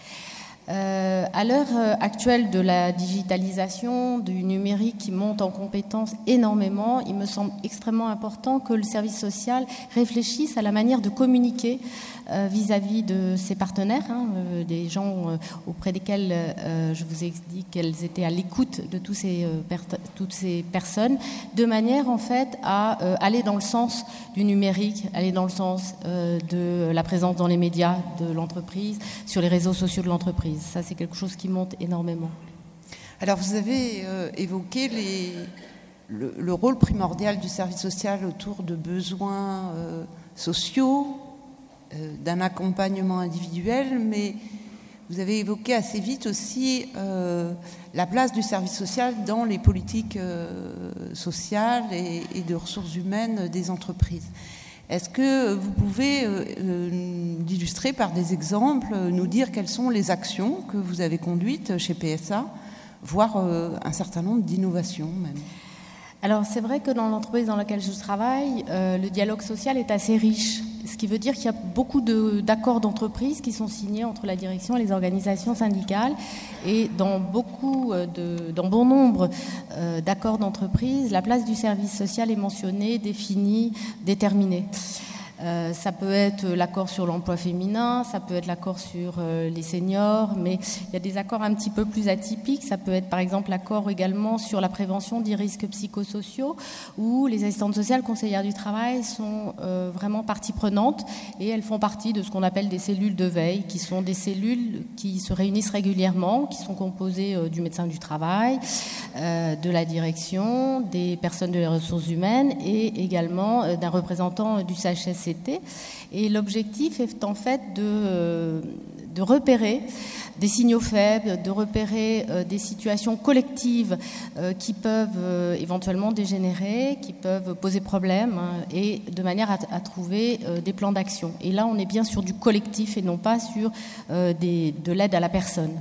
Euh, à l'heure actuelle de la digitalisation, du numérique qui monte en compétences énormément, il me semble extrêmement important que le service social réfléchisse à la manière de communiquer euh, vis-à-vis de ses partenaires, hein, euh, des gens euh, auprès desquels euh, je vous ai dit qu'elles étaient à l'écoute de tous ces, euh, per- toutes ces personnes, de manière en fait à euh, aller dans le sens du numérique, aller dans le sens euh, de la présence dans les médias de l'entreprise, sur les réseaux sociaux de l'entreprise. Ça, c'est quelque chose qui monte énormément. Alors, vous avez euh, évoqué les, le, le rôle primordial du service social autour de besoins euh, sociaux, euh, d'un accompagnement individuel, mais vous avez évoqué assez vite aussi euh, la place du service social dans les politiques euh, sociales et, et de ressources humaines des entreprises. Est-ce que vous pouvez euh, euh, illustrer par des exemples, euh, nous dire quelles sont les actions que vous avez conduites chez P S A, voire euh, un certain nombre d'innovations même ? Alors c'est vrai que dans l'entreprise dans laquelle je travaille, euh, le dialogue social est assez riche, ce qui veut dire qu'il y a beaucoup de, d'accords d'entreprise qui sont signés entre la direction et les organisations syndicales, et dans beaucoup de, dans bon nombre euh, d'accords d'entreprise, la place du service social est mentionnée, définie, déterminée. Euh, ça peut être l'accord sur l'emploi féminin, ça peut être l'accord sur euh, les seniors, mais il y a des accords un petit peu plus atypiques. Ça peut être par exemple l'accord également sur la prévention des risques psychosociaux, où les assistantes sociales conseillères du travail sont euh, vraiment partie prenante, et elles font partie de ce qu'on appelle des cellules de veille, qui sont des cellules qui se réunissent régulièrement, qui sont composées euh, du médecin du travail, euh, de la direction, des personnes de les ressources humaines et également euh, d'un représentant euh, du C H S C. Et l'objectif est en fait de, de repérer des signaux faibles, de repérer euh, des situations collectives euh, qui peuvent euh, éventuellement dégénérer, qui peuvent poser problème, hein, et de manière à, à trouver euh, des plans d'action. Et là, on est bien sur du collectif et non pas sur euh, des, de l'aide à la personne.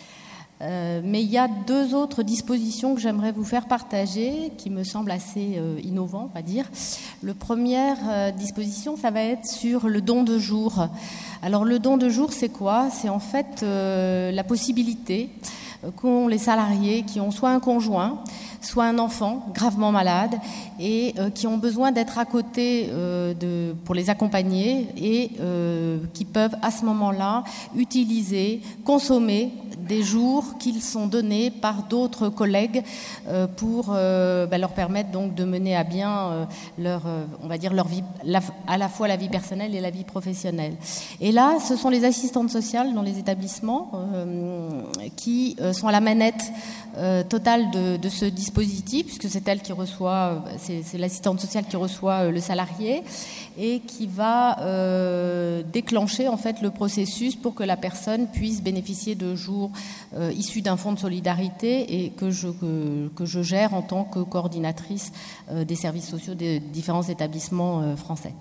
Euh, mais il y a deux autres dispositions que j'aimerais vous faire partager, qui me semblent assez euh, innovantes, on va dire. La première euh, disposition, ça va être sur le don de jour. Alors le don de jour, c'est quoi ? C'est en fait euh, la possibilité euh, qu'ont les salariés qui ont soit un conjoint, soit un enfant gravement malade et euh, qui ont besoin d'être à côté euh, de, pour les accompagner et euh, qui peuvent à ce moment-là utiliser, consommer des jours qu'ils sont donnés par d'autres collègues euh, pour euh, bah, leur permettre donc de mener à bien euh, leur, euh, on va dire leur vie, la, à la fois la vie personnelle et la vie professionnelle. Et là, ce sont les assistantes sociales dans les établissements euh, qui euh, sont à la manette euh, totale de, de ce dispositif, puisque c'est elle qui reçoit, c'est, c'est l'assistante sociale qui reçoit euh, le salarié et qui va euh, déclencher en fait le processus pour que la personne puisse bénéficier de jours euh, issus d'un fonds de solidarité et que je, que, que je gère en tant que coordinatrice euh, des services sociaux des différents établissements euh, français.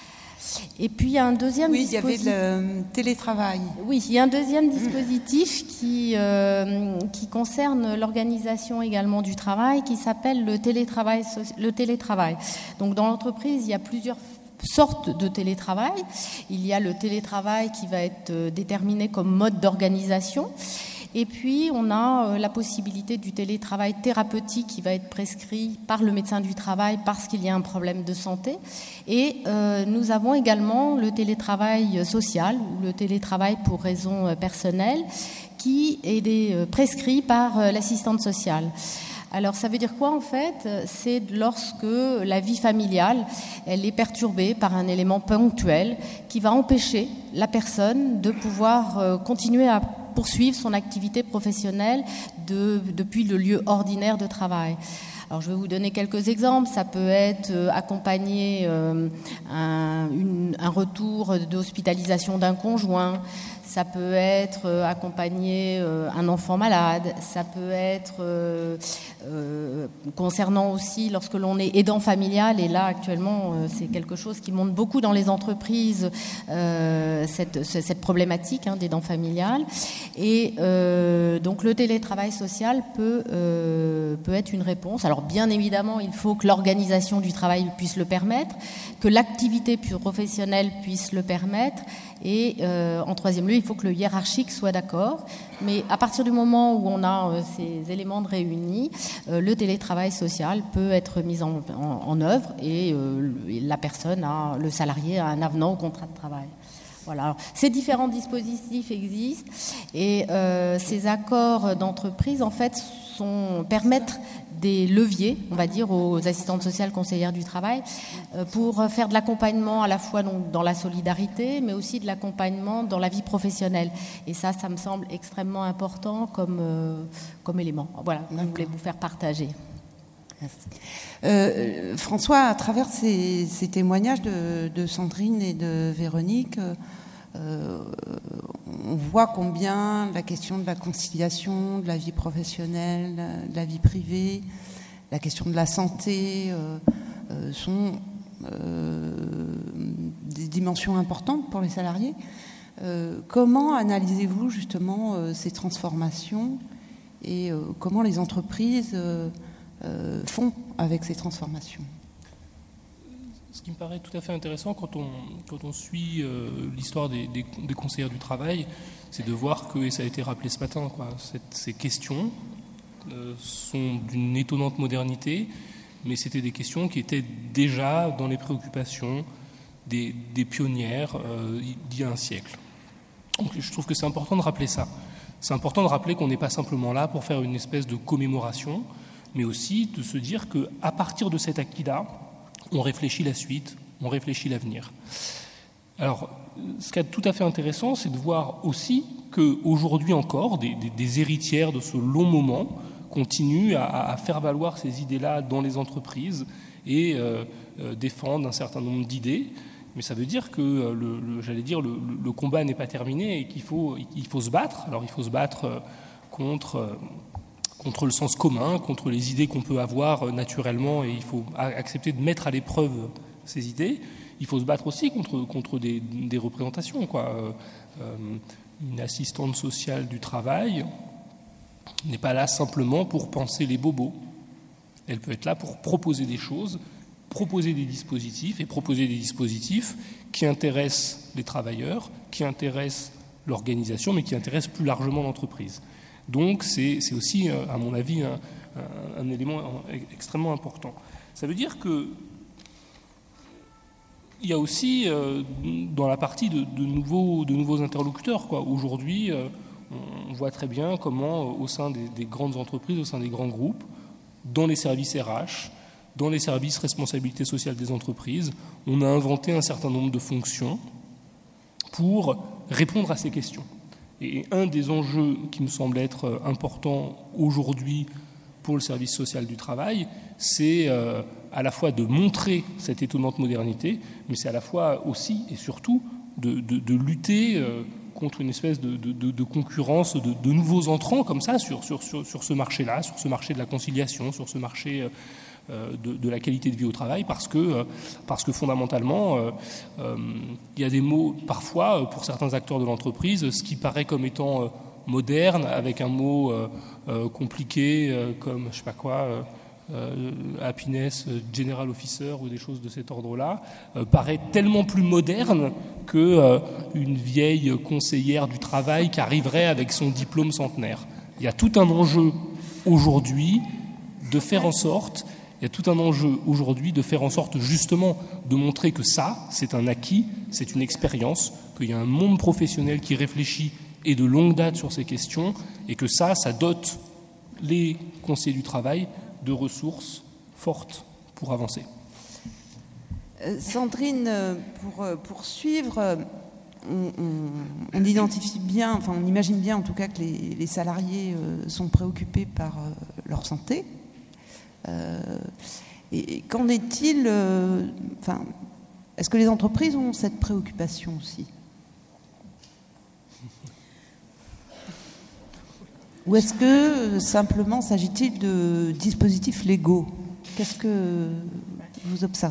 Et puis il y a un deuxième oui, dispositif. Oui, il y avait le télétravail. Oui, il y a un deuxième dispositif qui, euh, qui concerne l'organisation également du travail, qui s'appelle le télétravail. Le télétravail. Donc dans l'entreprise, il y a plusieurs sortes de télétravail. Il y a le télétravail qui va être déterminé comme mode d'organisation. Et puis, on a la possibilité du télétravail thérapeutique qui va être prescrit par le médecin du travail parce qu'il y a un problème de santé. Et euh, nous avons également le télétravail social ou le télétravail pour raisons personnelles qui est des, prescrit par euh, l'assistante sociale. Alors ça veut dire quoi en fait? C'est lorsque la vie familiale, elle est perturbée par un élément ponctuel qui va empêcher la personne de pouvoir euh, continuer à poursuivre son activité professionnelle de, depuis le lieu ordinaire de travail. Alors je vais vous donner quelques exemples. Ça peut être euh, accompagner euh, un, une, un retour d'hospitalisation d'un conjoint. Ça peut être euh, accompagner euh, un enfant malade. Ça peut être euh, euh, concernant aussi lorsque l'on est aidant familial. Et là, actuellement, euh, c'est quelque chose qui monte beaucoup dans les entreprises, euh, cette, cette problématique hein, d'aidant familial. Et euh, donc, le télétravail social peut, euh, peut être une réponse. Alors, bien évidemment, il faut que l'organisation du travail puisse le permettre, que l'activité professionnelle puisse le permettre. Et euh, en troisième lieu, il faut que le hiérarchique soit d'accord. Mais à partir du moment où on a euh, ces éléments de réunis, euh, le télétravail social peut être mis en, en, en œuvre et euh, la personne, a, le salarié, a un avenant au contrat de travail. Voilà. Alors, ces différents dispositifs existent et euh, ces accords d'entreprise, en fait, sont, permettent des leviers, on va dire, aux assistantes sociales conseillères du travail euh, pour faire de l'accompagnement à la fois donc, dans la solidarité, mais aussi de l'accompagnement dans la vie professionnelle. Et ça, ça me semble extrêmement important comme, euh, comme élément. Voilà, je voulais vous faire partager. Merci. Euh, François, à travers ces, ces témoignages de, de Sandrine et de Véronique, euh, on voit combien la question de la conciliation, de la vie professionnelle, de la vie privée, la question de la santé euh, euh, sont euh, des dimensions importantes pour les salariés. Euh, comment analysez-vous justement euh, ces transformations et euh, comment les entreprises euh, euh, font avec ces transformations? Ce qui me paraît tout à fait intéressant quand on, quand on suit euh, l'histoire des, des, des conseillères du travail, c'est de voir que, et ça a été rappelé ce matin, quoi, cette, ces questions euh, sont d'une étonnante modernité, mais c'était des questions qui étaient déjà dans les préoccupations des, des pionnières euh, d'il y a un siècle. Donc je trouve que c'est important de rappeler ça. C'est important de rappeler qu'on n'est pas simplement là pour faire une espèce de commémoration, mais aussi de se dire qu'à partir de cet acquis-là, on réfléchit la suite, on réfléchit l'avenir. Alors, ce qui est tout à fait intéressant, c'est de voir aussi qu'aujourd'hui encore, des, des, des héritières de ce long moment continuent à, à faire valoir ces idées-là dans les entreprises et euh, euh, défendent un certain nombre d'idées. Mais ça veut dire que, euh, le, le, j'allais dire, le, le combat n'est pas terminé et qu'il faut, il faut se battre. Alors, il faut se battre euh, contre... Euh, contre le sens commun, contre les idées qu'on peut avoir naturellement, et il faut accepter de mettre à l'épreuve ces idées. Il faut se battre aussi contre, contre des, des représentations, quoi. Euh, une assistante sociale du travail n'est pas là simplement pour penser les bobos. Elle peut être là pour proposer des choses, proposer des dispositifs, et proposer des dispositifs qui intéressent les travailleurs, qui intéressent l'organisation, mais qui intéressent plus largement l'entreprise. Donc c'est, c'est aussi, à mon avis, un, un, un élément extrêmement important. Ça veut dire que il y a aussi, euh, dans la partie de, de, nouveaux, de nouveaux interlocuteurs, quoi. Aujourd'hui, euh, on voit très bien comment, au sein des, des grandes entreprises, au sein des grands groupes, dans les services R H, dans les services responsabilité sociale des entreprises, on a inventé un certain nombre de fonctions pour répondre à ces questions. Et un des enjeux qui me semble être important aujourd'hui pour le service social du travail, c'est euh, à la fois de montrer cette étonnante modernité, mais c'est à la fois aussi et surtout de, de, de lutter euh, contre une espèce de, de, de, de concurrence de, de nouveaux entrants comme ça sur, sur, sur, sur ce marché-là, sur ce marché de la conciliation, sur ce marché euh, de, de la qualité de vie au travail, parce que, euh, parce que fondamentalement, euh, euh, il y a des mots parfois, pour certains acteurs de l'entreprise, ce qui paraît comme étant euh, moderne, avec un mot euh, euh, compliqué euh, comme, je sais pas quoi... Euh, Euh, happiness, general officer ou des choses de cet ordre-là, euh, paraît tellement plus moderne que euh, une vieille conseillère du travail qui arriverait avec son diplôme centenaire. Il y a tout un enjeu aujourd'hui de faire en sorte, il y a tout un enjeu aujourd'hui de faire en sorte justement de montrer que ça, c'est un acquis, c'est une expérience, qu'il y a un monde professionnel qui réfléchit et de longue date sur ces questions, et que ça, ça dote les conseillers du travail de ressources fortes pour avancer. Euh, Sandrine, pour poursuivre, on, on, on identifie bien, enfin on imagine bien en tout cas que les, les salariés euh, sont préoccupés par euh, leur santé. Euh, et, et qu'en est-il euh, enfin, est-ce que les entreprises ont cette préoccupation aussi ? Ou est-ce que simplement s'agit-il de dispositifs légaux ? Qu'est-ce que vous observez ?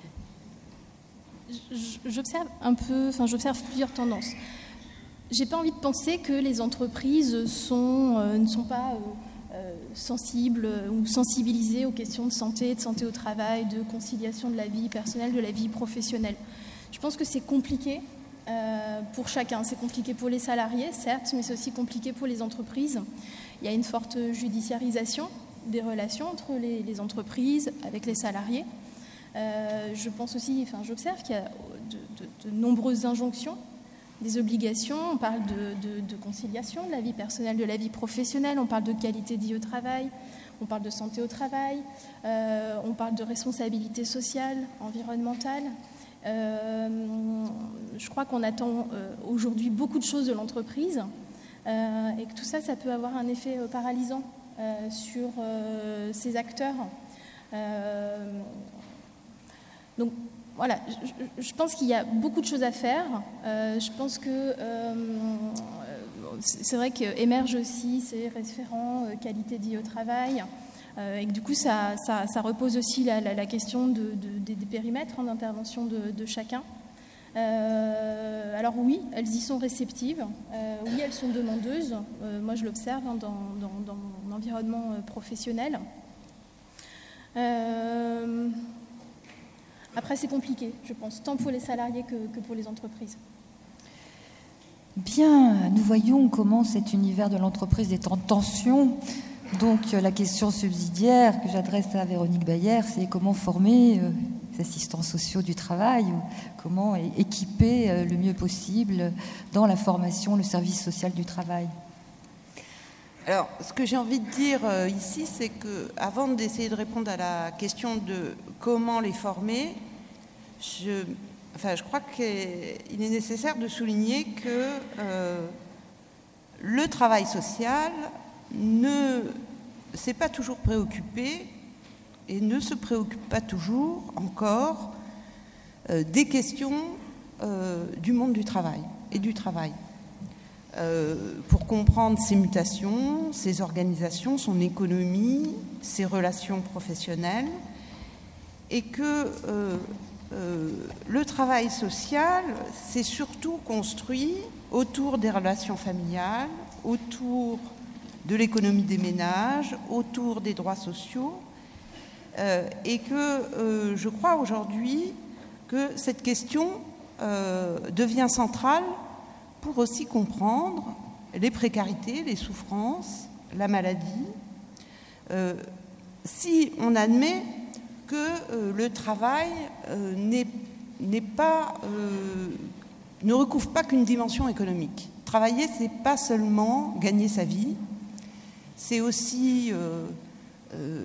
J'observe un peu, enfin j'observe plusieurs tendances. J'ai pas envie de penser que les entreprises sont, euh, ne sont pas euh, euh, sensibles euh, ou sensibilisées aux questions de santé, de santé au travail, de conciliation de la vie personnelle, de la vie professionnelle. Je pense que c'est compliqué. Euh, pour chacun. C'est compliqué pour les salariés, certes, mais c'est aussi compliqué pour les entreprises. Il y a une forte judiciarisation des relations entre les, les entreprises avec les salariés. Euh, je pense aussi, enfin, j'observe qu'il y a de, de, de nombreuses injonctions, des obligations. On parle de, de, de conciliation de la vie personnelle, de la vie professionnelle. On parle de qualité de vie au travail. On parle de santé au travail. Euh, on parle de responsabilité sociale, environnementale. Euh, je crois qu'on attend euh, aujourd'hui beaucoup de choses de l'entreprise euh, et que tout ça, ça peut avoir un effet euh, paralysant euh, sur euh, ces acteurs. Euh, donc voilà, je, je pense qu'il y a beaucoup de choses à faire. Euh, je pense que euh, c'est vrai qu'émergent aussi ces référents euh, qualité de vie au travail. Et que du coup, ça, ça, ça repose aussi la, la, la question de, de, des périmètres hein, d'intervention de, de chacun. Euh, alors oui, elles y sont réceptives, euh, oui, elles sont demandeuses. Euh, moi, je l'observe hein, dans, dans, dans mon environnement euh, professionnel. Euh, après, c'est compliqué, je pense, tant pour les salariés que, que pour les entreprises. Bien, nous voyons comment cet univers de l'entreprise est en tension. Donc la question subsidiaire que j'adresse à Véronique Bayer, c'est comment former euh, les assistants sociaux du travail, ou comment équiper euh, le mieux possible dans la formation le service social du travail. Alors, ce que j'ai envie de dire euh, ici, c'est que avant d'essayer de répondre à la question de comment les former, je, enfin, je crois qu'il est nécessaire de souligner que euh, le travail social ne s'est pas toujours préoccupé et ne se préoccupe pas toujours encore euh, des questions euh, du monde du travail et du travail. Euh, pour comprendre ses mutations, ses organisations, son économie, ses relations professionnelles, et que euh, euh, le travail social s'est surtout construit autour des relations familiales, autour de l'économie des ménages, autour des droits sociaux, euh, et que euh, je crois aujourd'hui que cette question euh, devient centrale pour aussi comprendre les précarités, les souffrances, la maladie. Euh, si on admet que euh, le travail euh, n'est, n'est pas, euh, ne recouvre pas qu'une dimension économique, travailler, c'est pas seulement gagner sa vie, c'est aussi euh, euh,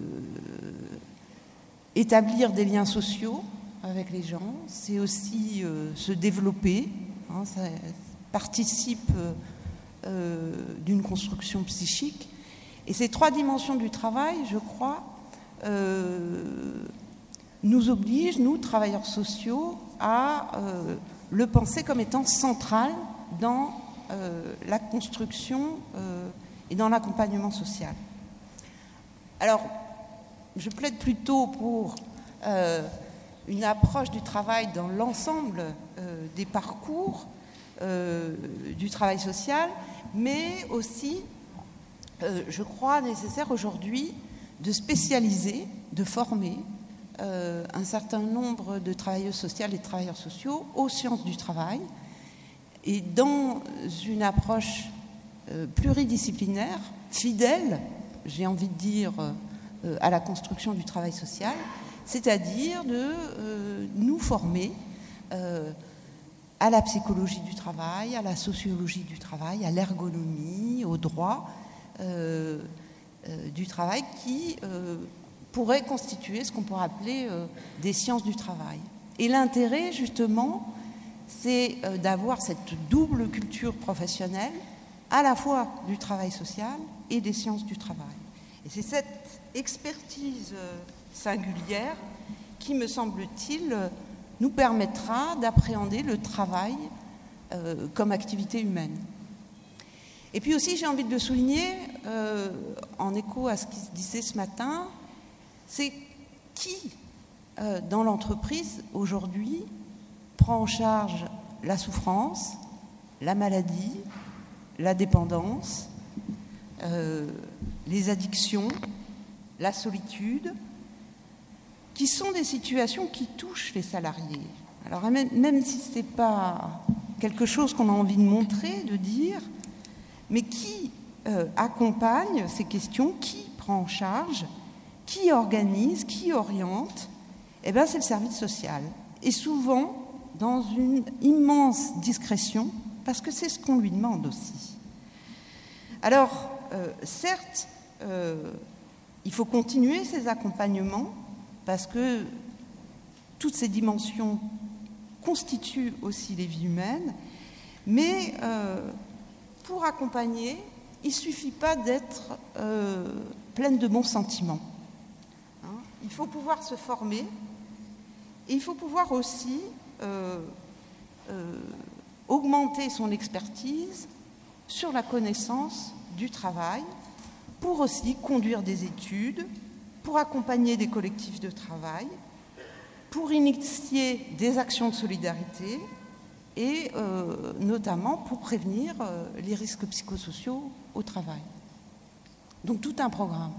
établir des liens sociaux avec les gens, c'est aussi euh, se développer, hein, ça participe euh, euh, d'une construction psychique. Et ces trois dimensions du travail, je crois, euh, nous obligent, nous, travailleurs sociaux, à euh, le penser comme étant central dans euh, la construction euh, et dans l'accompagnement social. Alors, je plaide plutôt pour euh, une approche du travail dans l'ensemble euh, des parcours euh, du travail social, mais aussi, euh, je crois, nécessaire aujourd'hui de spécialiser, de former euh, un certain nombre de travailleuses sociales et de travailleurs sociaux aux sciences du travail, et dans une approche euh, pluridisciplinaire, fidèle, j'ai envie de dire, euh, à la construction du travail social, c'est-à-dire de euh, nous former euh, à la psychologie du travail, à la sociologie du travail, à l'ergonomie, au droit euh, euh, du travail qui euh, pourrait constituer ce qu'on pourrait appeler euh, des sciences du travail. Et l'intérêt, justement, c'est euh, d'avoir cette double culture professionnelle, à la fois du travail social et des sciences du travail. Et c'est cette expertise euh, singulière qui, me semble-t-il, nous permettra d'appréhender le travail euh, comme activité humaine. Et puis aussi, j'ai envie de le souligner, euh, en écho à ce qui se disait ce matin, c'est qui, euh, dans l'entreprise, aujourd'hui, prend en charge la souffrance, la maladie, la dépendance, euh, les addictions, la solitude, qui sont des situations qui touchent les salariés. Alors même, même si ce n'est pas quelque chose qu'on a envie de montrer, de dire, mais qui euh, accompagne ces questions, qui prend en charge, qui organise, qui oriente, eh bien c'est le service social. Et souvent, dans une immense discrétion, parce que c'est ce qu'on lui demande aussi. Alors, euh, certes, euh, il faut continuer ces accompagnements, parce que toutes ces dimensions constituent aussi les vies humaines, mais euh, pour accompagner, il ne suffit pas d'être euh, pleine de bons sentiments. Hein, il faut pouvoir se former, et il faut pouvoir aussi euh, euh, augmenter son expertise sur la connaissance du travail, pour aussi conduire des études, pour accompagner des collectifs de travail, pour initier des actions de solidarité et euh, notamment pour prévenir euh, les risques psychosociaux au travail. Donc tout un programme.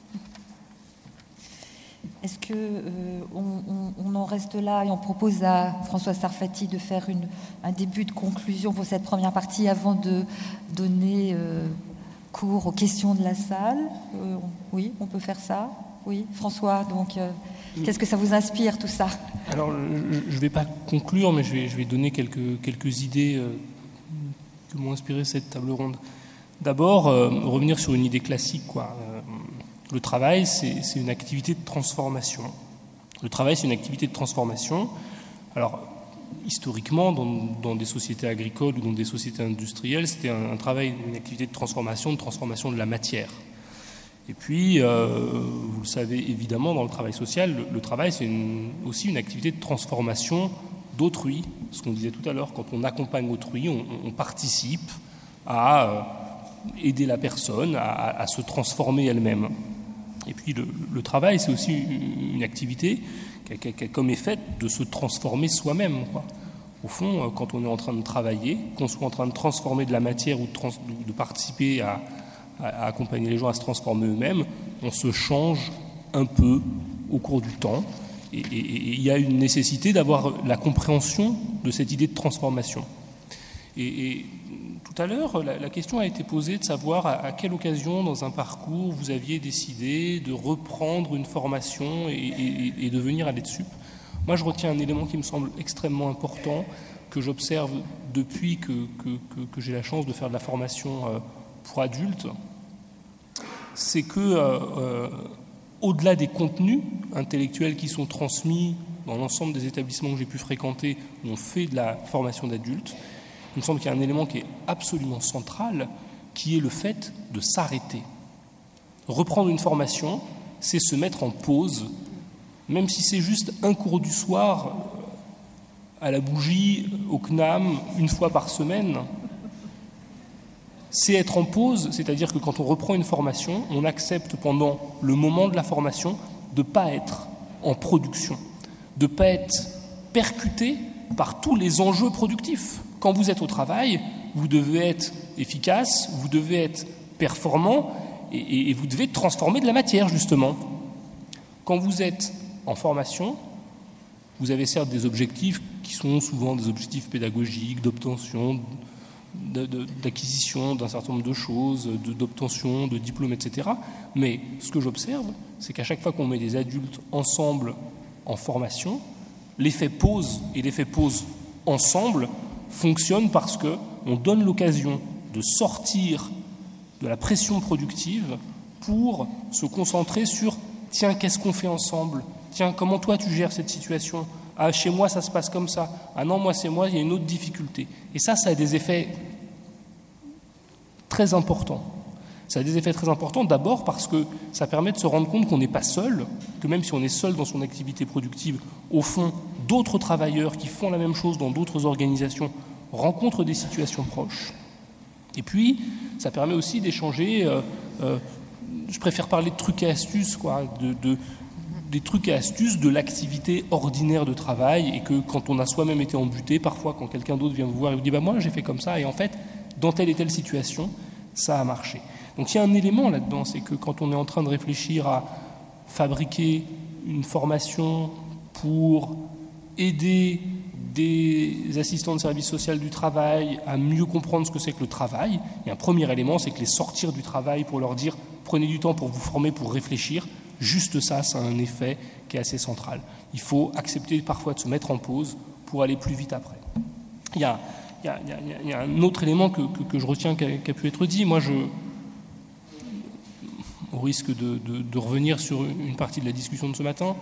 Est-ce qu'on euh, on, on en reste là et on propose à François Sarfati de faire une, un début de conclusion pour cette première partie avant de donner euh, cours aux questions de la salle? euh, Oui, on peut faire ça. Oui, François, donc, euh, qu'est-ce que ça vous inspire, tout ça? Alors, je ne vais pas conclure, mais je vais, je vais donner quelques, quelques idées euh, que m'ont inspiré cette table ronde. D'abord, euh, revenir sur une idée classique, quoi. Euh, le travail, c'est, c'est une activité de transformation. Le travail, c'est une activité de transformation. Alors, historiquement, dans, dans des sociétés agricoles ou dans des sociétés industrielles, c'était un, un travail, une activité de transformation, de transformation de la matière. Et puis, euh, vous le savez évidemment, dans le travail social, le, le travail, c'est une, aussi une activité de transformation d'autrui. Ce qu'on disait tout à l'heure, quand on accompagne autrui, on, on participe à euh, aider la personne à, à se transformer elle-même. Et puis, le, le travail, c'est aussi une, une activité qui a, qui, a, qui a comme effet de se transformer soi-même, quoi. Au fond, quand on est en train de travailler, qu'on soit en train de transformer de la matière ou de, trans, de participer à à accompagner les gens à se transformer eux-mêmes, on se change un peu au cours du temps. Et il y a une nécessité d'avoir la compréhension de cette idée de transformation. Et, et tout à l'heure, la, la question a été posée de savoir à, à quelle occasion, dans un parcours, vous aviez décidé de reprendre une formation et, et, et de venir à l'E D S U P. Moi, je retiens un élément qui me semble extrêmement important. que j'observe depuis que, que, que, que j'ai la chance de faire de la formation euh, pour adultes, c'est que, euh, euh, au-delà des contenus intellectuels qui sont transmis dans l'ensemble des établissements que j'ai pu fréquenter où on fait de la formation d'adultes, il me semble qu'il y a un élément qui est absolument central, qui est le fait de s'arrêter. Reprendre une formation, c'est se mettre en pause, même si c'est juste un cours du soir à la bougie, au C N A M, une fois par semaine. C'est être en pause, c'est-à-dire que quand on reprend une formation, on accepte pendant le moment de la formation de ne pas être en production, de ne pas être percuté par tous les enjeux productifs. Quand vous êtes au travail, vous devez être efficace, vous devez être performant et, et, et vous devez transformer de la matière, justement. Quand vous êtes en formation, vous avez certes des objectifs qui sont souvent des objectifs pédagogiques, d'obtention, de, de, d'acquisition d'un certain nombre de choses, de, d'obtention de diplômes, et cetera. Mais ce que j'observe, c'est qu'à chaque fois qu'on met des adultes ensemble en formation, l'effet pause et l'effet pause ensemble fonctionne parce qu'on donne l'occasion de sortir de la pression productive pour se concentrer sur « tiens, qu'est-ce qu'on fait ensemble ? Tiens, comment toi tu gères cette situation ? Ah, chez moi ça se passe comme ça. Ah non, moi c'est moi, il y a une autre difficulté. » Et ça, ça a des effets très importants. Ça a des effets très importants d'abord parce que ça permet de se rendre compte qu'on n'est pas seul, que même si on est seul dans son activité productive, au fond, d'autres travailleurs qui font la même chose dans d'autres organisations rencontrent des situations proches. Et puis, ça permet aussi d'échanger, euh, euh, je préfère parler de trucs et astuces, quoi, de, de, des trucs et astuces de l'activité ordinaire de travail, et que quand on a soi-même été embuté, parfois quand quelqu'un d'autre vient vous voir et vous dit bah, « moi j'ai fait comme ça », et en fait, dans telle et telle situation, ça a marché. Donc il y a un élément là-dedans, c'est que quand on est en train de réfléchir à fabriquer une formation pour aider des assistants de service social du travail à mieux comprendre ce que c'est que le travail, il y a un premier élément, c'est que les sortir du travail pour leur dire prenez du temps pour vous former, pour réfléchir, juste ça, ça a un effet qui est assez central. Il faut accepter parfois de se mettre en pause pour aller plus vite après. Il y a, il y a, il y a, il y a un autre élément que, que, que je retiens qui a, qui a pu être dit. Moi, je, au risque de, de, de revenir sur une partie de la discussion de ce matin,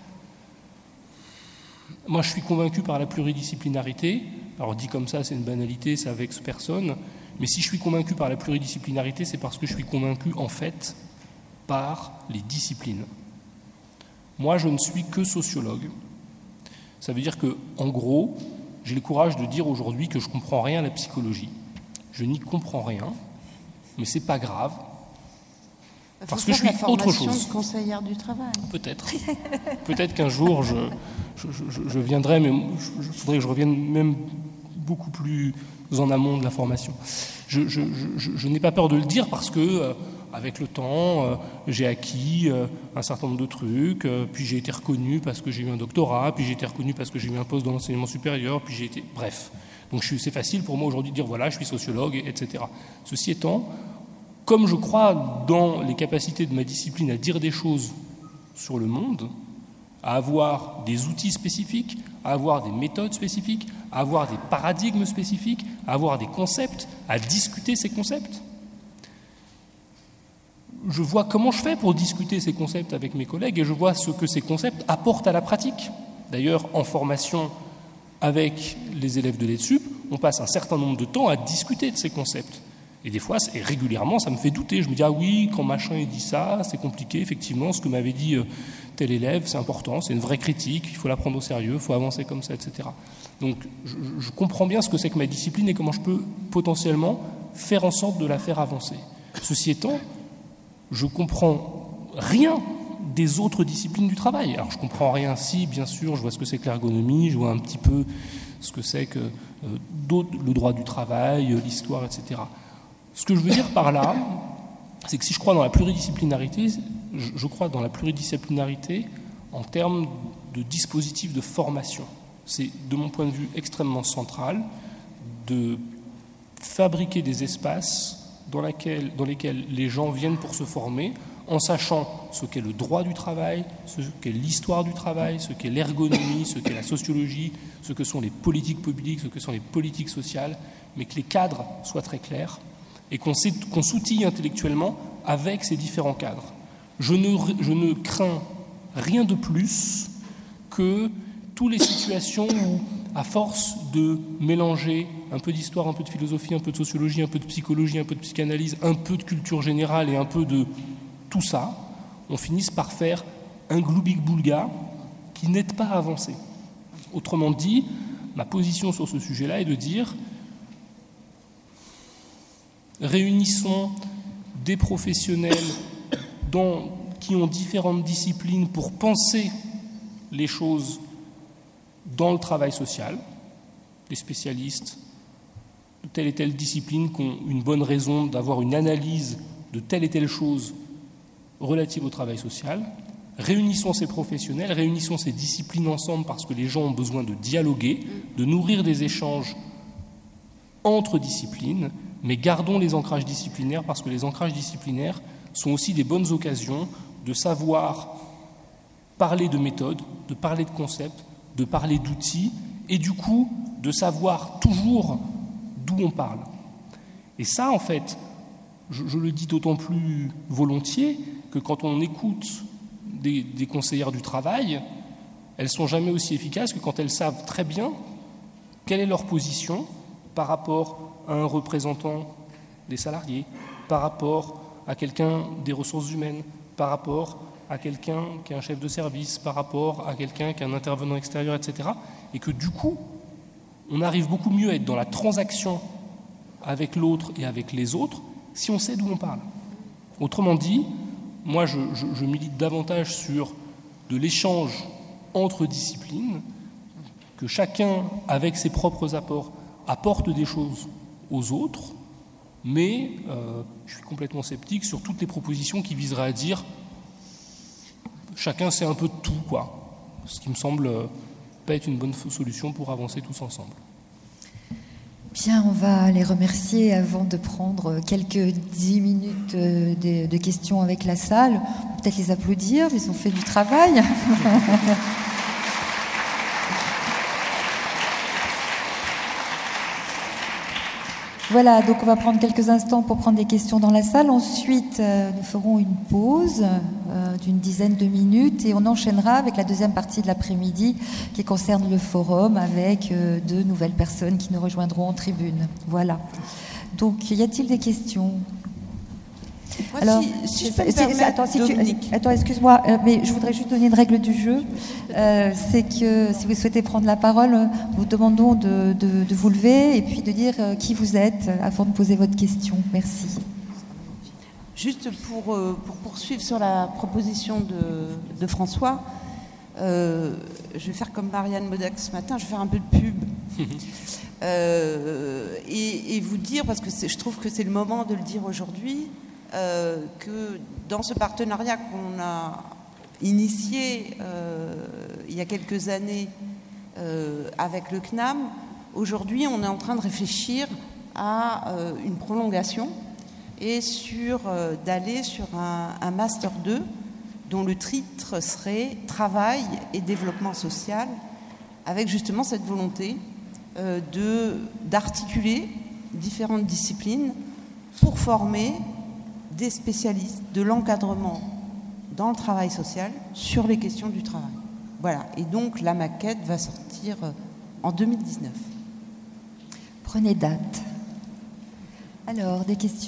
moi, je suis convaincu par la pluridisciplinarité. Alors, dit comme ça, c'est une banalité, ça vexe personne. Mais si je suis convaincu par la pluridisciplinarité, c'est parce que je suis convaincu, en fait, par les disciplines. Moi, je ne suis que sociologue. Ça veut dire que, en gros, j'ai le courage de dire aujourd'hui que je ne comprends rien à la psychologie. Je n'y comprends rien, mais c'est pas grave. Parce que je suis autre chose. De conseillère du travail. Peut-être. Peut-être qu'un jour, je, je, je, je viendrai, mais il faudrait que je revienne même beaucoup plus en amont de la formation. Je, je, je, je n'ai pas peur de le dire parce que, euh, avec le temps, euh, j'ai acquis euh, un certain nombre de trucs, euh, puis j'ai été reconnu parce que j'ai eu un doctorat, puis j'ai été reconnu parce que j'ai eu un poste dans l'enseignement supérieur, puis j'ai été... Bref. Donc je, c'est facile pour moi aujourd'hui de dire, voilà, je suis sociologue, et cetera. Ceci étant, comme je crois dans les capacités de ma discipline à dire des choses sur le monde, à avoir des outils spécifiques, à avoir des méthodes spécifiques, à avoir des paradigmes spécifiques, à avoir des concepts, à discuter ces concepts, je vois comment je fais pour discuter ces concepts avec mes collègues et je vois ce que ces concepts apportent à la pratique. D'ailleurs, en formation avec les élèves de l'EDSUP, on passe un certain nombre de temps à discuter de ces concepts. Et des fois, et régulièrement, ça me fait douter. Je me dis, ah oui, quand machin il dit ça, c'est compliqué. Effectivement, ce que m'avait dit euh, tel élève, c'est important, c'est une vraie critique, il faut la prendre au sérieux, il faut avancer comme ça, et cetera. Donc, je, je comprends bien ce que c'est que ma discipline et comment je peux potentiellement faire en sorte de la faire avancer. Ceci étant, je comprends rien des autres disciplines du travail. Alors, je comprends rien si, bien sûr, je vois ce que c'est que l'ergonomie, je vois un petit peu ce que c'est que euh, le droit du travail, l'histoire, et cetera. Ce que je veux dire par là, c'est que si je crois dans la pluridisciplinarité, je, je crois dans la pluridisciplinarité en termes de dispositifs de formation. C'est, de mon point de vue, extrêmement central de fabriquer des espaces dans, laquelle, dans lesquels les gens viennent pour se former en sachant ce qu'est le droit du travail, ce qu'est l'histoire du travail, ce qu'est l'ergonomie, ce qu'est la sociologie, ce que sont les politiques publiques, ce que sont les politiques sociales, mais que les cadres soient très clairs et qu'on, sait, qu'on s'outille intellectuellement avec ces différents cadres. Je ne, je ne crains rien de plus que toutes les situations où, à force de mélanger un peu d'histoire, un peu de philosophie, un peu de sociologie, un peu de psychologie, un peu de psychanalyse, un peu de culture générale et un peu de tout ça, on finisse par faire un gloubi-boulga qui n'aide pas à avancer. Autrement dit, ma position sur ce sujet-là est de dire réunissons des professionnels dans, qui ont différentes disciplines pour penser les choses dans le travail social, des spécialistes de telle et telle discipline qui ont une bonne raison d'avoir une analyse de telle et telle chose relative au travail social. Réunissons ces professionnels, réunissons ces disciplines ensemble parce que les gens ont besoin de dialoguer, de nourrir des échanges entre disciplines, mais gardons les ancrages disciplinaires parce que les ancrages disciplinaires sont aussi des bonnes occasions de savoir parler de méthodes, de parler de concepts, de parler d'outils et du coup de savoir toujours d'où on parle. Et ça, en fait, je, je le dis d'autant plus volontiers que quand on écoute des, des conseillères du travail, elles ne sont jamais aussi efficaces que quand elles savent très bien quelle est leur position par rapport à un représentant des salariés, par rapport à quelqu'un des ressources humaines, par rapport à quelqu'un qui est un chef de service, par rapport à quelqu'un qui est un intervenant extérieur, et cetera. Et que du coup, on arrive beaucoup mieux à être dans la transaction avec l'autre et avec les autres si on sait d'où on parle. Autrement dit, moi je, je, je milite davantage sur de l'échange entre disciplines, que chacun, avec ses propres apports, apporte des choses aux autres, mais euh, je suis complètement sceptique sur toutes les propositions qui viseraient à dire chacun sait un peu de tout, quoi. Ce qui me semble pas être une bonne solution pour avancer tous ensemble. Bien, on va les remercier avant de prendre quelques dix minutes de, de questions avec la salle. On peut peut-être les applaudir, ils ont fait du travail. Voilà, donc on va prendre quelques instants pour prendre des questions dans la salle. Ensuite, euh, nous ferons une pause euh, d'une dizaine de minutes et on enchaînera avec la deuxième partie de l'après-midi qui concerne le forum avec euh, deux nouvelles personnes qui nous rejoindront en tribune. Voilà. Donc, y a-t-il des questions ? Moi, Alors, si, si je c'est, peux me c'est, permettre, attends, si Dominique. tu, attends, excuse-moi, euh, mais je voudrais juste donner une règle du jeu. Euh, c'est que si vous souhaitez prendre la parole, nous vous demandons de, de, de vous lever et puis de dire euh, qui vous êtes avant de poser votre question. Merci. Juste pour, euh, pour poursuivre sur la proposition de, de François, euh, je vais faire comme Marianne Modac ce matin, je vais faire un peu de pub. euh, et, et vous dire, parce que c'est, je trouve que c'est le moment de le dire aujourd'hui, Euh, que dans ce partenariat qu'on a initié euh, il y a quelques années euh, avec le C N A M, aujourd'hui on est en train de réfléchir à euh, une prolongation et sur, euh, d'aller sur un, un Master deux dont le titre serait Travail et développement social, avec justement cette volonté euh, de, d'articuler différentes disciplines pour former des spécialistes de l'encadrement dans le travail social sur les questions du travail. Voilà. Et donc, la maquette va sortir en deux mille dix-neuf. Prenez date. Alors, des questions ?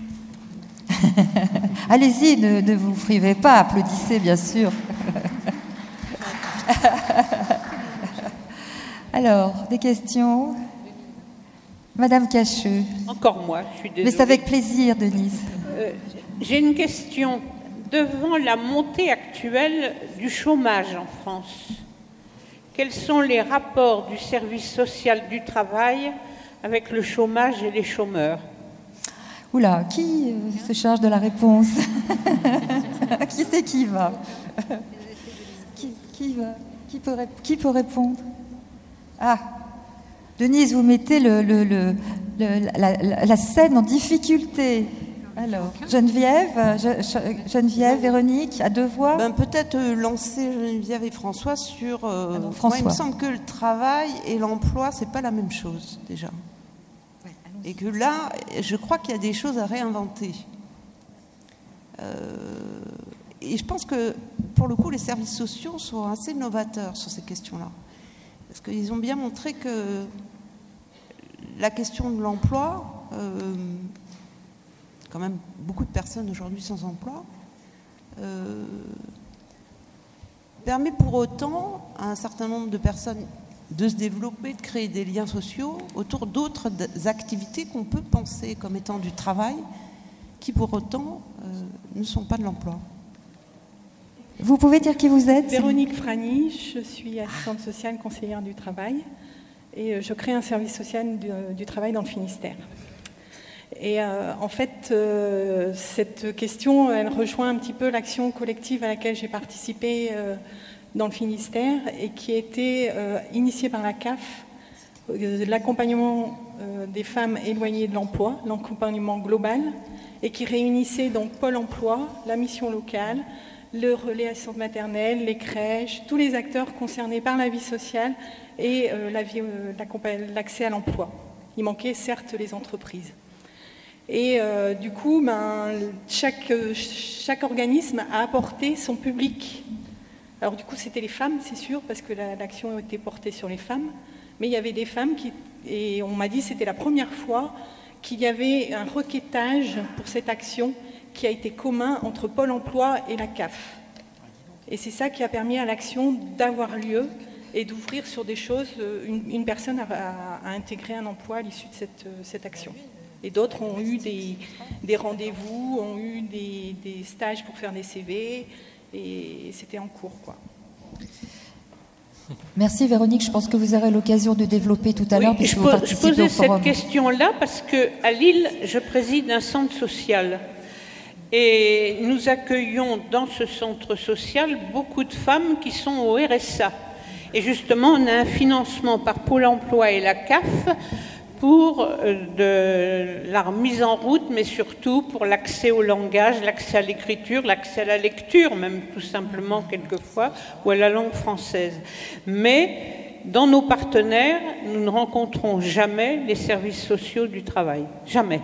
Allez-y, ne, ne vous privez pas, applaudissez, bien sûr. Alors, des questions ? Madame Cacheux. Encore moi, je suis désolée. Mais c'est avec plaisir, Denise. Euh, j'ai une question. Devant la montée actuelle du chômage en France, quels sont les rapports du service social du travail avec le chômage et les chômeurs ? Oula, qui se charge de la réponse ? Qui c'est qui va qui, qui va qui peut, qui peut répondre ? Ah, Denise, vous mettez le, le, le, le, la, la, la scène en difficulté. Alors, Geneviève, Je- Je- Geneviève, Véronique, à deux voix. Ben, peut-être euh, lancer Geneviève et François sur... euh, Ah non, moi, François. il me semble que le travail et l'emploi, c'est pas la même chose, déjà. Et que là, je crois qu'il y a des choses à réinventer. Euh, et je pense que, pour le coup, les services sociaux sont assez novateurs sur ces questions-là. Parce qu'ils ont bien montré que la question de l'emploi, euh, quand même beaucoup de personnes aujourd'hui sans emploi, euh, permet pour autant à un certain nombre de personnes de se développer, de créer des liens sociaux autour d'autres activités qu'on peut penser comme étant du travail, qui pour autant euh, ne sont pas de l'emploi. Vous pouvez dire qui vous êtes? Véronique Frani, je suis assistante sociale conseillère du travail et je crée un service social du, du travail dans le Finistère. Et euh, en fait, euh, cette question, elle rejoint un petit peu l'action collective à laquelle j'ai participé euh, dans le Finistère et qui a été euh, initiée par la C A F, euh, l'accompagnement euh, des femmes éloignées de l'emploi, l'accompagnement global, et qui réunissait donc Pôle emploi, la mission locale, le relais assistante maternelle, les crèches, tous les acteurs concernés par la vie sociale et euh, la vie, euh, l'accès à l'emploi. Il manquait certes les entreprises. Et euh, du coup, ben, chaque, chaque organisme a apporté son public. Alors du coup, c'était les femmes, c'est sûr, parce que la, l'action était portée sur les femmes. Mais il y avait des femmes qui, et on m'a dit que c'était la première fois qu'il y avait un requêtage pour cette action qui a été commun entre Pôle emploi et la C A F. Et c'est ça qui a permis à l'action d'avoir lieu et d'ouvrir sur des choses. Une, une personne a, a, a intégré un emploi à l'issue de cette, cette action. Et d'autres ont eu des, des rendez-vous, ont eu des, des stages pour faire des C V, et c'était en cours, quoi. Merci Véronique, je pense que vous aurez l'occasion de développer tout à Oui, l'heure puisque je, vous pose, je participez posais au forum. cette question-là parce qu'à Lille, je préside un centre social. Et nous accueillons dans ce centre social beaucoup de femmes qui sont au R S A. Et justement, on a un financement par Pôle emploi et la C A F pour de la remise en route, mais surtout pour l'accès au langage, l'accès à l'écriture, l'accès à la lecture, même tout simplement quelquefois, ou à la langue française. Mais dans nos partenaires, nous ne rencontrons jamais les services sociaux du travail. Jamais.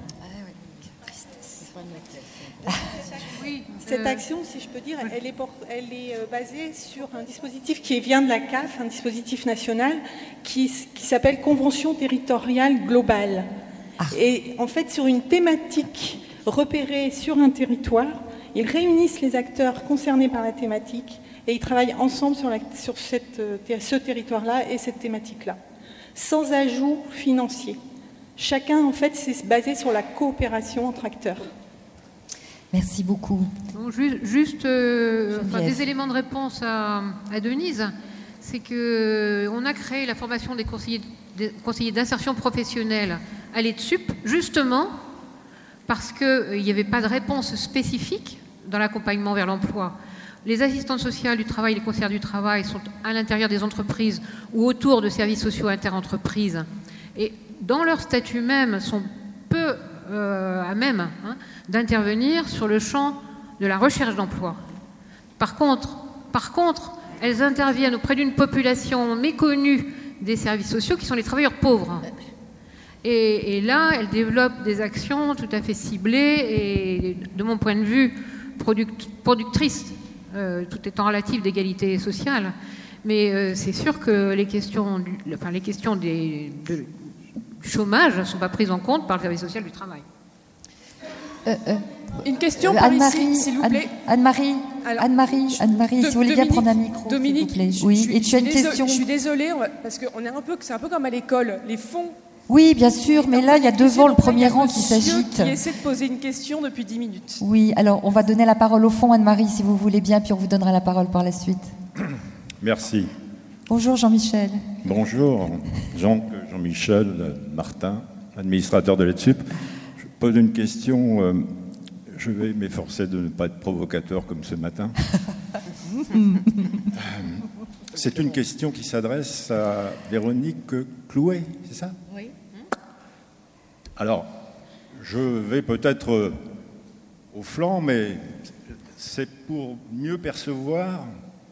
Cette action, si je peux dire, elle est, pour, elle est basée sur un dispositif qui vient de la C A F, un dispositif national qui, qui s'appelle Convention territoriale globale. Ah. Et en fait, sur une thématique repérée sur un territoire, ils réunissent les acteurs concernés par la thématique et ils travaillent ensemble sur, la, sur cette, ce territoire-là et cette thématique-là, sans ajout financier. Chacun, en fait, c'est basé sur la coopération entre acteurs. Merci beaucoup. Donc, juste juste euh, enfin, des éléments de réponse à, à Denise, c'est qu'on a créé la formation des conseillers, des conseillers d'insertion professionnelle à l'EDSUP, justement parce qu'il n'y avait pas de réponse spécifique dans l'accompagnement vers l'emploi. Les assistantes sociales du travail, les conseillères du travail sont à l'intérieur des entreprises ou autour de services sociaux interentreprises. Et dans leur statut même, sont peu euh, à même hein, d'intervenir sur le champ de la recherche d'emploi. Par contre, par contre, elles interviennent auprès d'une population méconnue des services sociaux qui sont les travailleurs pauvres. Et, et là, elles développent des actions tout à fait ciblées et, de mon point de vue, product, productrices, euh, tout étant relatif d'égalité sociale. Mais euh, c'est sûr que les questions, du, enfin, les questions des, de, du chômage ne sont pas prises en compte par le service social du travail. Euh, euh, Une question euh, par Anne-Marie, ici, s'il vous plaît. Anne-Marie, Alors, Anne-Marie, Anne-Marie, si vous voulez bien prendre un micro, Dominique, s'il vous plaît. je, Oui, je, et tu as une désolé, question. Je suis désolée, on va, parce que on est un peu, c'est un peu comme à l'école, les fonds. Oui, bien sûr, mais là, il y a devant le premier rang qui s'agite. Qui essaie de poser une question depuis dix minutes. Oui, alors on va donner la parole au fond, Anne-Marie, si vous voulez bien, puis on vous donnera la parole par la suite. Merci. Bonjour Jean-Michel. Bonjour, Jean, Jean-Michel Martin, administrateur de l'EDSUP. Je pose une question, euh, je vais m'efforcer de ne pas être provocateur comme ce matin. C'est une question qui s'adresse à Véronique Clouet, c'est ça? Oui. Alors, je vais peut-être au flanc, mais c'est pour mieux percevoir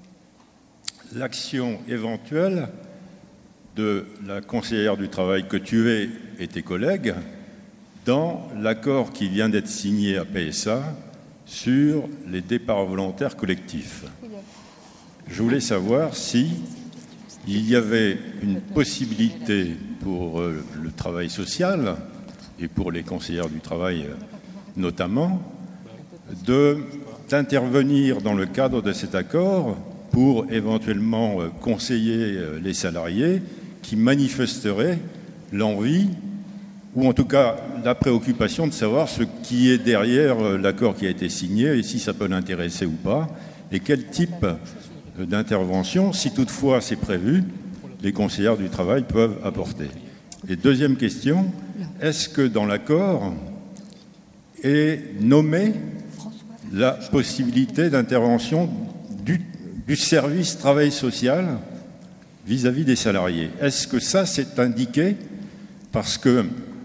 l'action éventuelle de la conseillère du travail que tu es et tes collègues dans l'accord qui vient d'être signé à P S A sur les départs volontaires collectifs. Je voulais savoir si il y avait une possibilité pour le travail social et pour les conseillères du travail notamment, de, d'intervenir dans le cadre de cet accord pour éventuellement conseiller les salariés qui manifesteraient l'envie ou en tout cas la préoccupation de savoir ce qui est derrière l'accord qui a été signé et si ça peut l'intéresser ou pas, et quel type d'intervention, si toutefois c'est prévu, les conseillères du travail peuvent apporter. Et deuxième question, est-ce que dans l'accord est nommée la possibilité d'intervention du, du service travail social vis-à-vis des salariés? Est-ce que ça c'est indiqué? Parce que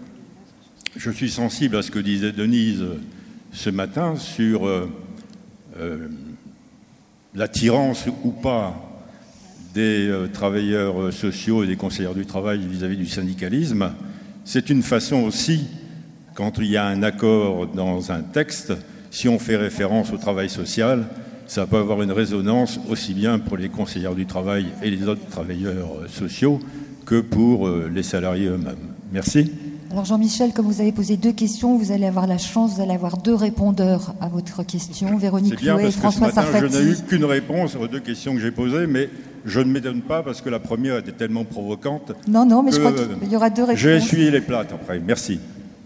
je suis sensible à ce que disait Denise ce matin sur euh, euh, l'attirance ou pas des euh, travailleurs sociaux et des conseillères du travail vis-à-vis du syndicalisme. C'est une façon aussi, quand il y a un accord dans un texte, si on fait référence au travail social, ça peut avoir une résonance aussi bien pour les conseillères du travail et les autres travailleurs sociaux que pour euh, les salariés eux-mêmes. Merci. Alors Jean-Michel, comme vous avez posé deux questions, vous allez avoir la chance, vous allez avoir deux répondeurs à votre question, Véronique Clouet et François Sarfati. C'est bien parce que ce matin, je n'ai eu qu'une réponse aux deux questions que j'ai posées, mais je ne m'étonne pas parce que la première était tellement provocante. Non, non, mais je crois qu'il y aura deux réponses. J'ai essuyé les plates après, merci.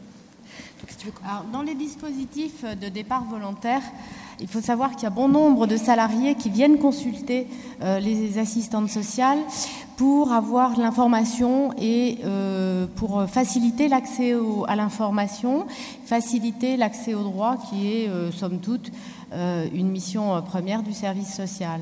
Alors, dans les dispositifs de départ volontaire, il faut savoir qu'il y a bon nombre de salariés qui viennent consulter euh, les assistantes sociales pour avoir l'information et euh, pour faciliter l'accès au, à l'information, faciliter l'accès au droit qui est, euh, somme toute, euh, une mission première du service social.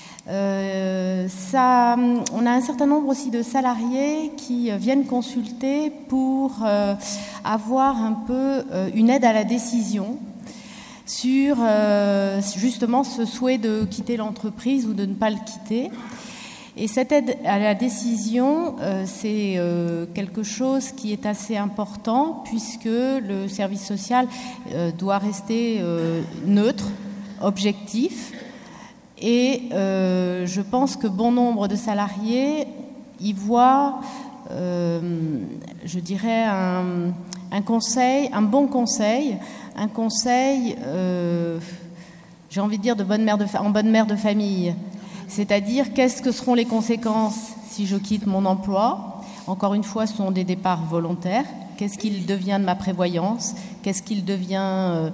Euh, ça, on a un certain nombre aussi de salariés qui viennent consulter pour euh, avoir un peu euh, une aide à la décision sur euh, justement ce souhait de quitter l'entreprise ou de ne pas le quitter. Et cette aide à la décision, euh, c'est euh, quelque chose qui est assez important puisque le service social euh, doit rester euh, neutre, objectif. Et euh, je pense que bon nombre de salariés y voient, euh, je dirais, un, un conseil, un bon conseil, un conseil, euh, j'ai envie de dire, de bonne mère de fa- en bonne mère de famille. C'est-à-dire, qu'est-ce que seront les conséquences si je quitte mon emploi? Encore une fois, ce sont des départs volontaires. Qu'est-ce qu'il devient de ma prévoyance? Qu'est-ce qu'il devient euh,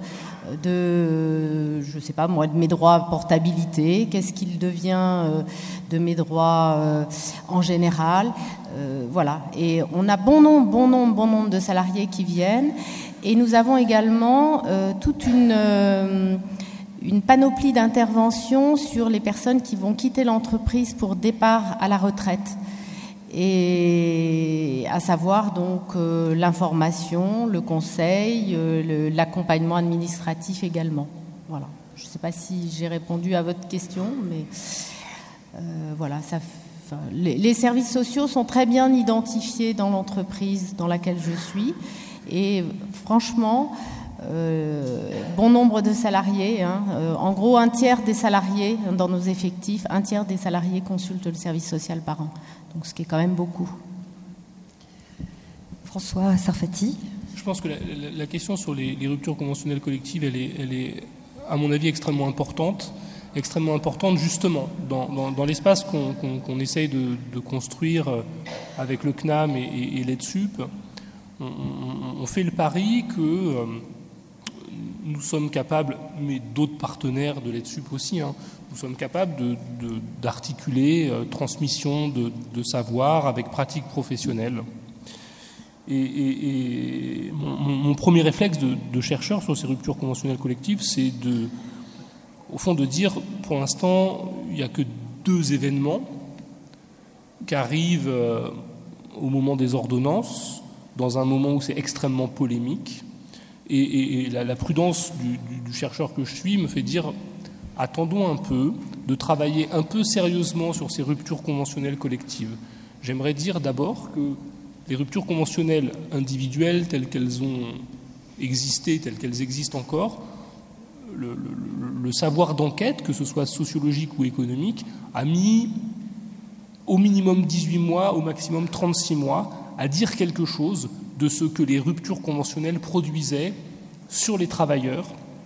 de, je sais pas moi, de mes droits à portabilité? Qu'est-ce qu'il devient euh, de mes droits euh, en général? euh, Voilà. Et on a bon nombre, bon nombre, bon nombre de salariés qui viennent. Et nous avons également euh, toute une... Euh, une panoplie d'interventions sur les personnes qui vont quitter l'entreprise pour départ à la retraite. Et à savoir donc euh, l'information, le conseil, euh, le, l'accompagnement administratif également. Voilà. Je ne sais pas si j'ai répondu à votre question, mais euh, voilà, ça, enfin, les, les services sociaux sont très bien identifiés dans l'entreprise dans laquelle je suis. Et franchement, Euh, bon nombre de salariés, hein, euh, en gros un tiers des salariés dans nos effectifs, un tiers des salariés consultent le service social par an, donc ce qui est quand même beaucoup. François Sarfati. Je pense que la, la, la question sur les, les ruptures conventionnelles collectives, elle est, elle est, à mon avis, extrêmement importante, extrêmement importante justement dans, dans, dans l'espace qu'on, qu'on, qu'on essaye de, de construire avec le C N A M et, et, et l'Aide-Sup. On, on, on fait le pari que euh, nous sommes capables, mais d'autres partenaires de l'Aide-Sup aussi, hein, nous sommes capables de, de, d'articuler euh, transmission de, de savoir avec pratique professionnelle. Et, et, et mon, mon premier réflexe de, de chercheur sur ces ruptures conventionnelles collectives, c'est de, au fond de dire, pour l'instant, il n'y a que deux événements qui arrivent euh, au moment des ordonnances, dans un moment où c'est extrêmement polémique. Et, et, et la, la prudence du, du, du chercheur que je suis me fait dire, attendons un peu de travailler un peu sérieusement sur ces ruptures conventionnelles collectives. J'aimerais dire d'abord que les ruptures conventionnelles individuelles telles qu'elles ont existé, telles qu'elles existent encore, le, le, le savoir d'enquête, que ce soit sociologique ou économique, a mis au minimum dix-huit mois, au maximum trente-six mois, à dire quelque chose de ce que les ruptures conventionnelles produisaient sur les travailleurs,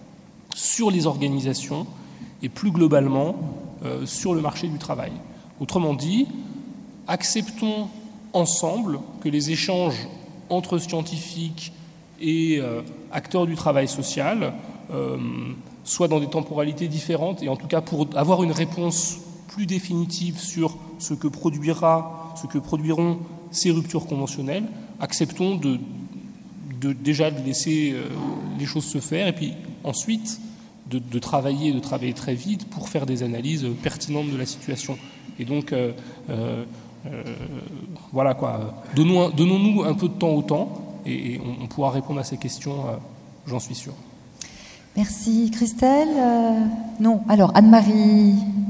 sur les organisations et plus globalement euh, sur le marché du travail. Autrement dit, acceptons ensemble que les échanges entre scientifiques et euh, acteurs du travail social euh, soient dans des temporalités différentes et en tout cas pour avoir une réponse plus définitive sur ce que produira, ce que produiront ces ruptures conventionnelles, acceptons de, de déjà de laisser euh, les choses se faire et puis ensuite de, de travailler, de travailler très vite pour faire des analyses pertinentes de la situation. Et donc euh, euh, euh, voilà quoi. Donnons, donnons-nous un peu de temps au temps et, et on, on pourra répondre à ces questions, euh, j'en suis sûr. Merci Christelle. Euh, non, alors Anne-Marie.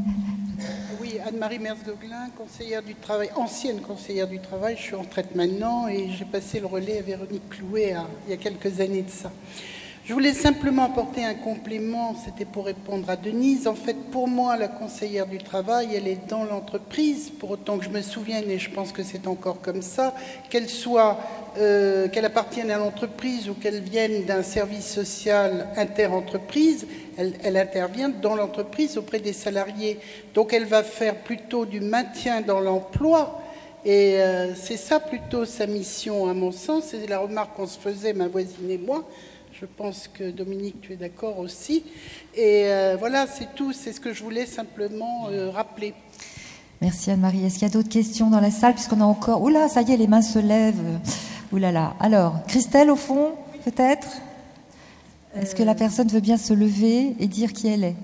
Anne-Marie Merz-Gauguelin, conseillère du travail, ancienne conseillère du travail, je suis en retraite maintenant et j'ai passé le relais à Véronique Clouet à, il y a quelques années de ça. Je voulais simplement apporter un complément, c'était pour répondre à Denise. En fait, pour moi, la conseillère du travail, elle est dans l'entreprise, pour autant que je me souvienne, et je pense que c'est encore comme ça, qu'elle soit, euh, qu'elle appartienne à l'entreprise ou qu'elle vienne d'un service social inter-entreprise, elle, elle intervient dans l'entreprise auprès des salariés. Donc elle va faire plutôt du maintien dans l'emploi. Et euh, c'est ça plutôt sa mission, à mon sens. C'est la remarque qu'on se faisait, ma voisine et moi. Je pense que Dominique, tu es d'accord aussi. Et euh, voilà, c'est tout. C'est ce que je voulais simplement euh, rappeler. Merci Anne-Marie. Est-ce qu'il y a d'autres questions dans la salle? Puisqu'on a encore... Oula, ça y est, les mains se lèvent. Oula là. Alors, Christelle, au fond, peut-être? Est-ce que la personne veut bien se lever et dire qui elle est?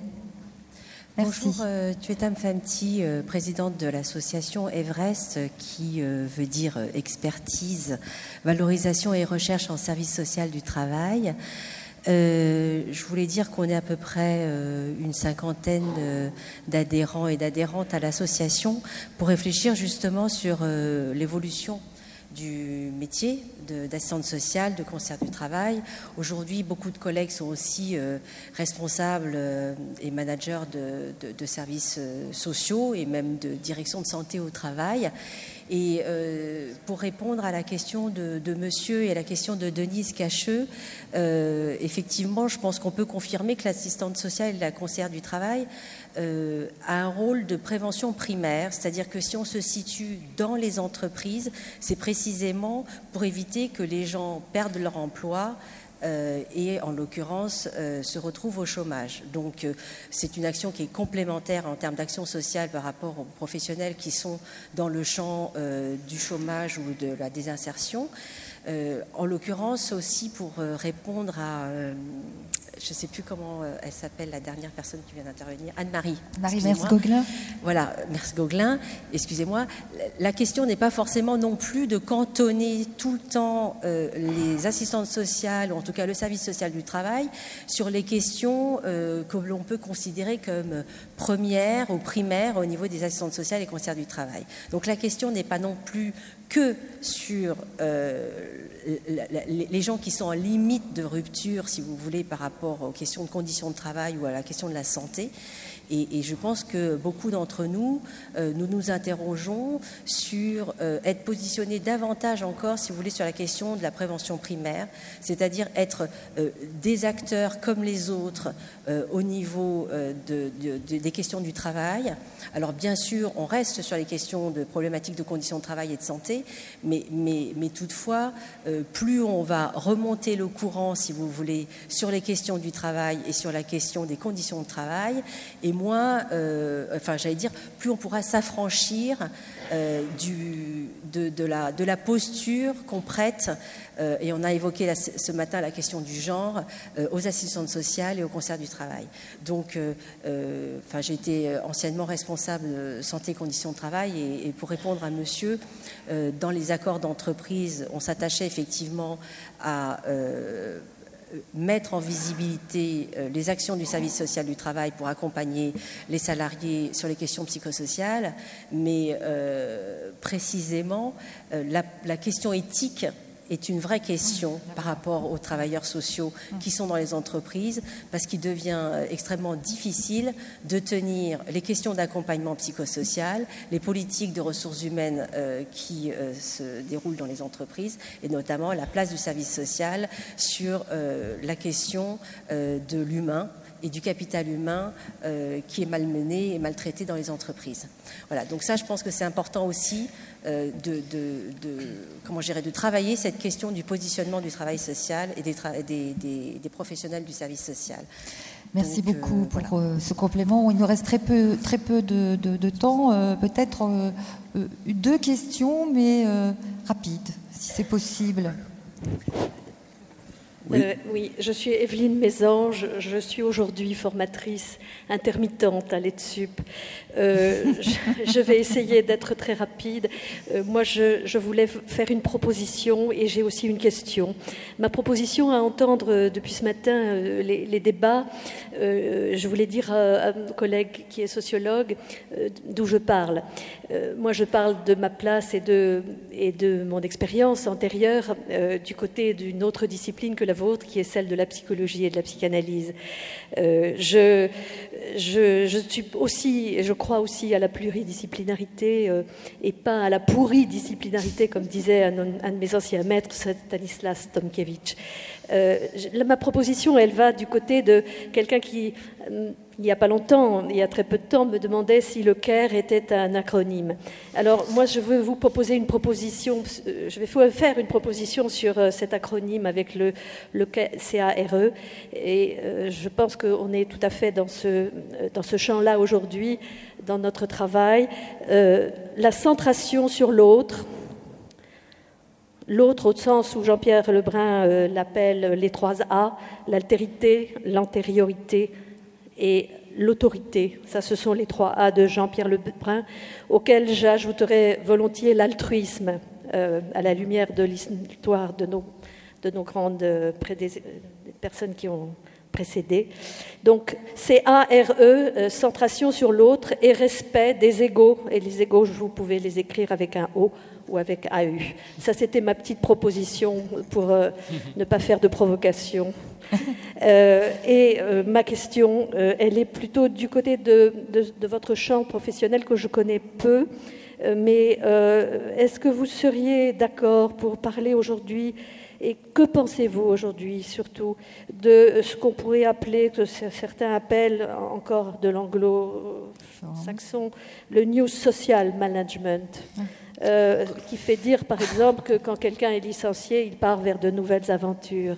Merci. Bonjour, euh, Tuetam Famti, euh, présidente de l'association Everest, qui euh, veut dire euh, expertise, valorisation et recherche en service social du travail. Euh, je voulais dire qu'on est à peu près euh, une cinquantaine euh, d'adhérents et d'adhérentes à l'association pour réfléchir justement sur euh, l'évolution du métier d'assistante sociale, de conseillère du travail. Aujourd'hui, beaucoup de collègues sont aussi euh, responsables euh, et managers de, de, de services euh, sociaux et même de direction de santé au travail. Et euh, pour répondre à la question de, de monsieur et à la question de Denise Cacheux, euh, effectivement, je pense qu'on peut confirmer que l'assistante sociale et la conseillère du travail euh, a un rôle de prévention primaire, c'est-à-dire que si on se situe dans les entreprises, c'est précisément pour éviter que les gens perdent leur emploi Euh, et en l'occurrence euh, se retrouvent au chômage. Donc euh, c'est une action qui est complémentaire en termes d'action sociale par rapport aux professionnels qui sont dans le champ euh, du chômage ou de la désinsertion. Euh, en l'occurrence aussi pour euh, répondre à... Euh, je ne sais plus comment euh, elle s'appelle, la dernière personne qui vient d'intervenir, Anne-Marie. Marie Merz-Gauguelin. Voilà, Merz-Gauguelin, excusez-moi. La question n'est pas forcément non plus de cantonner tout le temps euh, les assistantes sociales, ou en tout cas le service social du travail, sur les questions euh, que l'on peut considérer comme premières ou primaires au niveau des assistantes sociales et conseillères du travail. Donc la question n'est pas non plus que sur euh, les gens qui sont en limite de rupture, si vous voulez, par rapport aux questions de conditions de travail ou à la question de la santé. Et, et je pense que beaucoup d'entre nous, euh, nous nous interrogeons sur euh, être positionnés davantage encore, si vous voulez, sur la question de la prévention primaire, c'est-à-dire être euh, des acteurs comme les autres euh, au niveau euh, de, de, de, des questions du travail. Alors bien sûr, on reste sur les questions de problématiques de conditions de travail et de santé, mais, mais, mais toutefois, euh, plus on va remonter le courant, si vous voulez, sur les questions du travail et sur la question des conditions de travail, et moins, euh, enfin j'allais dire, plus on pourra s'affranchir euh, du, de, de, la, de la posture qu'on prête, euh, et on a évoqué la, ce matin la question du genre, euh, aux assistantes sociales et aux conseillères du travail. Donc, euh, euh, enfin, j'ai été anciennement responsable de santé et conditions de travail, et, et pour répondre à monsieur, euh, dans les accords d'entreprise, on s'attachait effectivement à... Euh, mettre en visibilité les actions du service social du travail pour accompagner les salariés sur les questions psychosociales, mais euh, précisément la, la question éthique est une vraie question par rapport aux travailleurs sociaux qui sont dans les entreprises, parce qu'il devient extrêmement difficile de tenir les questions d'accompagnement psychosocial, les politiques de ressources humaines euh, qui euh, se déroulent dans les entreprises, et notamment la place du service social sur euh, la question euh, de l'humain et du capital humain euh, qui est malmené et maltraité dans les entreprises. Voilà, donc ça, je pense que c'est important aussi euh, de, de, de, comment je dirais, de travailler cette question du positionnement du travail social et des, tra- des, des, des professionnels du service social. Merci donc, beaucoup euh, pour voilà. euh, ce complément. Il nous reste très peu, très peu de, de, de temps. Euh, peut-être euh, euh, deux questions, mais euh, rapides, si c'est possible. Oui. Euh, oui, je suis Evelyne Mésange, je suis aujourd'hui formatrice intermittente à l'EDSUP. Euh, je, je vais essayer d'être très rapide. Euh, moi, je, je voulais faire une proposition et j'ai aussi une question. Ma proposition, à entendre depuis ce matin euh, les, les débats, euh, je voulais dire à, à mon collègue qui est sociologue euh, d'où je parle. Euh, moi, je parle de ma place et de, et de mon expérience antérieure euh, du côté d'une autre discipline que la vôtre, qui est celle de la psychologie et de la psychanalyse. Euh, je, je, je suis aussi, je crois aussi à la pluridisciplinarité euh, et pas à la pourridisciplinarité, comme disait un, un de mes anciens maîtres, Stanislas Tomkiewicz. Euh, ma proposition, elle va du côté de quelqu'un qui, euh, il n'y a pas longtemps, il y a très peu de temps, me demandait si le CARE était un acronyme. Alors moi, je veux vous proposer une proposition, euh, je vais faire une proposition sur euh, cet acronyme avec le, le C A R E, et euh, je pense qu'on est tout à fait dans ce, dans ce champ-là aujourd'hui, dans notre travail. Euh, la centration sur l'autre, l'autre au sens où Jean-Pierre Lebrun euh, l'appelle les trois A, l'altérité, l'antériorité et l'autorité. Ça, ce sont les trois A de Jean-Pierre Lebrun, auxquels j'ajouterais volontiers l'altruisme, euh, à la lumière de l'histoire de nos, de nos grandes euh, prédé- personnes qui ont précédé. Donc, C A R E, euh, centration sur l'autre et respect des égaux. Et les égaux, vous pouvez les écrire avec un O ou avec A U. Ça, c'était ma petite proposition pour euh, ne pas faire de provocation. Euh, et euh, ma question, euh, elle est plutôt du côté de, de, de votre champ professionnel que je connais peu, euh, mais euh, est-ce que vous seriez d'accord pour parler aujourd'hui, et que pensez-vous aujourd'hui surtout de ce qu'on pourrait appeler, que certains appellent encore de l'anglo-saxon, le New Social Management, euh, qui fait dire par exemple que quand quelqu'un est licencié, il part vers de nouvelles aventures.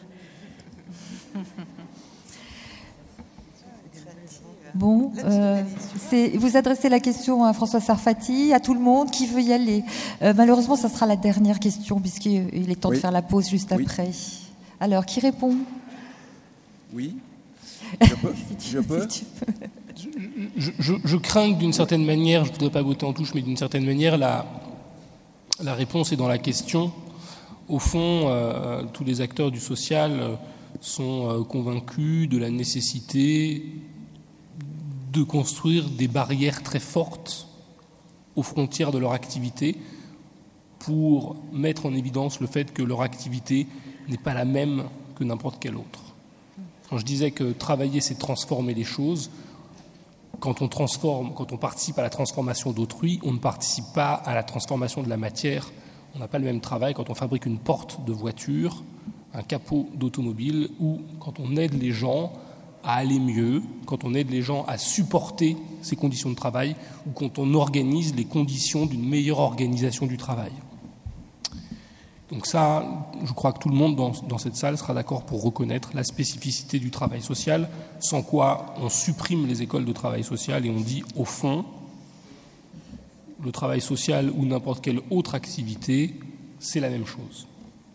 Bon, euh, c'est, vous adressez la question à François Sarfati, à tout le monde, qui veut y aller. Euh, malheureusement, ça sera la dernière question, puisqu'il est temps oui. de faire la pause juste oui. après. Alors, qui répond ? Oui. Je peux, si je, peux. Si je, je, je crains que d'une certaine manière, je ne voudrais pas botter en touche, mais d'une certaine manière, la, la réponse est dans la question. Au fond, euh, tous les acteurs du social euh, sont euh, convaincus de la nécessité de construire des barrières très fortes aux frontières de leur activité pour mettre en évidence le fait que leur activité n'est pas la même que n'importe quelle autre. Quand je disais que travailler, c'est transformer les choses, quand on transforme, quand on participe à la transformation d'autrui, on ne participe pas à la transformation de la matière. On n'a pas le même travail quand on fabrique une porte de voiture, un capot d'automobile, ou quand on aide les gens à aller mieux, quand on aide les gens à supporter ces conditions de travail, ou quand on organise les conditions d'une meilleure organisation du travail. Donc ça, je crois que tout le monde dans, dans cette salle sera d'accord pour reconnaître la spécificité du travail social, sans quoi on supprime les écoles de travail social et on dit, au fond, le travail social ou n'importe quelle autre activité, c'est la même chose.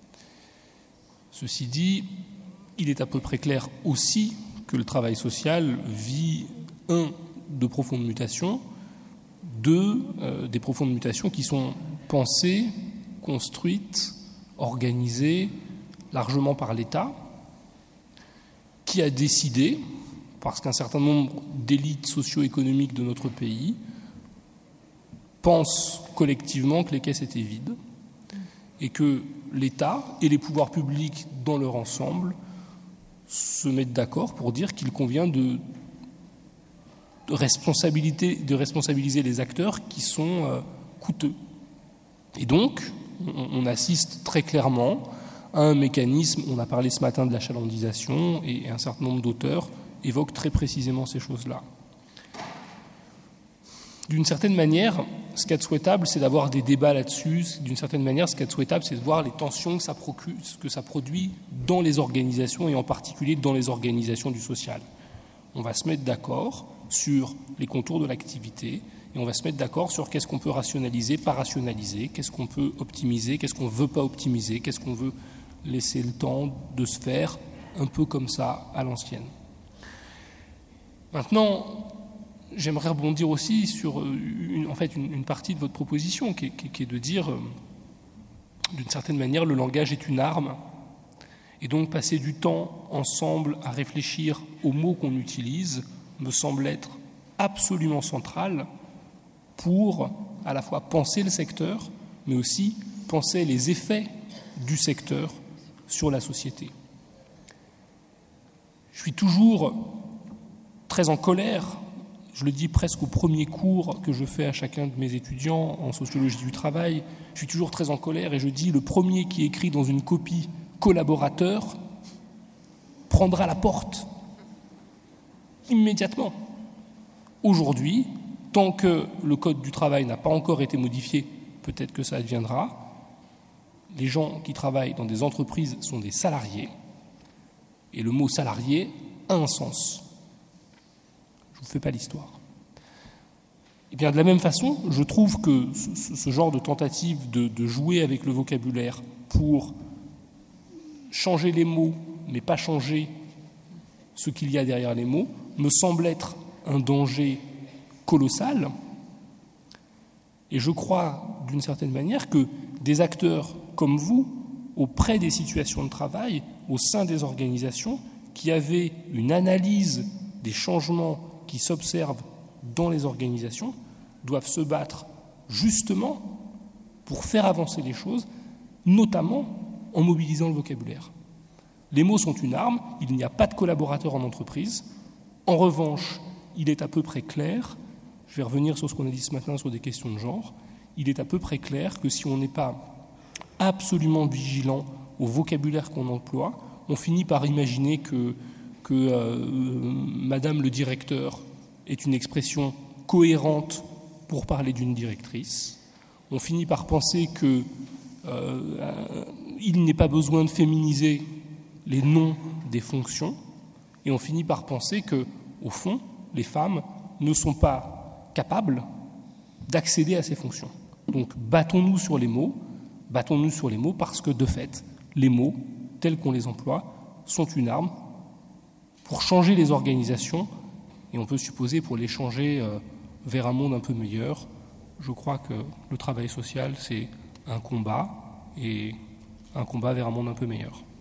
Ceci dit, il est à peu près clair aussi que le travail social vit, un, de profondes mutations, deux, euh, des profondes mutations qui sont pensées, construites, organisées largement par l'État, qui a décidé, parce qu'un certain nombre d'élites socio-économiques de notre pays pensent collectivement que les caisses étaient vides et que l'État et les pouvoirs publics dans leur ensemble se mettent d'accord pour dire qu'il convient de, de, responsabilité, de responsabiliser les acteurs qui sont euh, coûteux. Et donc, on, on assiste très clairement à un mécanisme, on a parlé ce matin de l'achalandisation, et un certain nombre d'auteurs évoquent très précisément ces choses-là. D'une certaine manière, ce qu'il y a de souhaitable, c'est d'avoir des débats là-dessus. D'une certaine manière, ce qu'il y a de souhaitable, c'est de voir les tensions que ça, procure, que ça produit dans les organisations, et en particulier dans les organisations du social. On va se mettre d'accord sur les contours de l'activité, et on va se mettre d'accord sur qu'est-ce qu'on peut rationaliser, pas rationaliser, qu'est-ce qu'on peut optimiser, qu'est-ce qu'on ne veut pas optimiser, qu'est-ce qu'on veut laisser le temps de se faire un peu comme ça à l'ancienne. Maintenant, j'aimerais rebondir aussi sur une, en fait, une, une partie de votre proposition qui est, qui, qui est de dire, euh, d'une certaine manière, le langage est une arme, et donc passer du temps ensemble à réfléchir aux mots qu'on utilise me semble être absolument central pour à la fois penser le secteur, mais aussi penser les effets du secteur sur la société. Je suis toujours très en colère, je le dis presque au premier cours que je fais à chacun de mes étudiants en sociologie du travail, je suis toujours très en colère et je dis le premier qui écrit dans une copie collaborateur prendra la porte immédiatement. Aujourd'hui, tant que le code du travail n'a pas encore été modifié, peut-être que ça adviendra, les gens qui travaillent dans des entreprises sont des salariés, et le mot salarié a un sens. Je ne vous fais pas l'histoire. Et bien de la même façon, je trouve que ce, ce genre de tentative de, de jouer avec le vocabulaire pour changer les mots, mais pas changer ce qu'il y a derrière les mots, me semble être un danger colossal. Et je crois, d'une certaine manière, que des acteurs comme vous, auprès des situations de travail, au sein des organisations, qui avaient une analyse des changements qui s'observent dans les organisations, doivent se battre justement pour faire avancer les choses, notamment en mobilisant le vocabulaire. Les mots sont une arme, il n'y a pas de collaborateurs en entreprise. En revanche, il est à peu près clair, je vais revenir sur ce qu'on a dit ce matin sur des questions de genre, il est à peu près clair que si on n'est pas absolument vigilant au vocabulaire qu'on emploie, on finit par imaginer que, que euh, Madame le directeur est une expression cohérente pour parler d'une directrice. On finit par penser qu'il euh, n'est pas besoin de féminiser les noms des fonctions, et on finit par penser que, au fond, les femmes ne sont pas capables d'accéder à ces fonctions. Donc, battons-nous sur les mots, battons-nous sur les mots parce que, de fait, les mots, tels qu'on les emploie, sont une arme pour changer les organisations, et on peut supposer pour les changer euh, vers un monde un peu meilleur. Je crois que le travail social, c'est un combat, et un combat vers un monde un peu meilleur.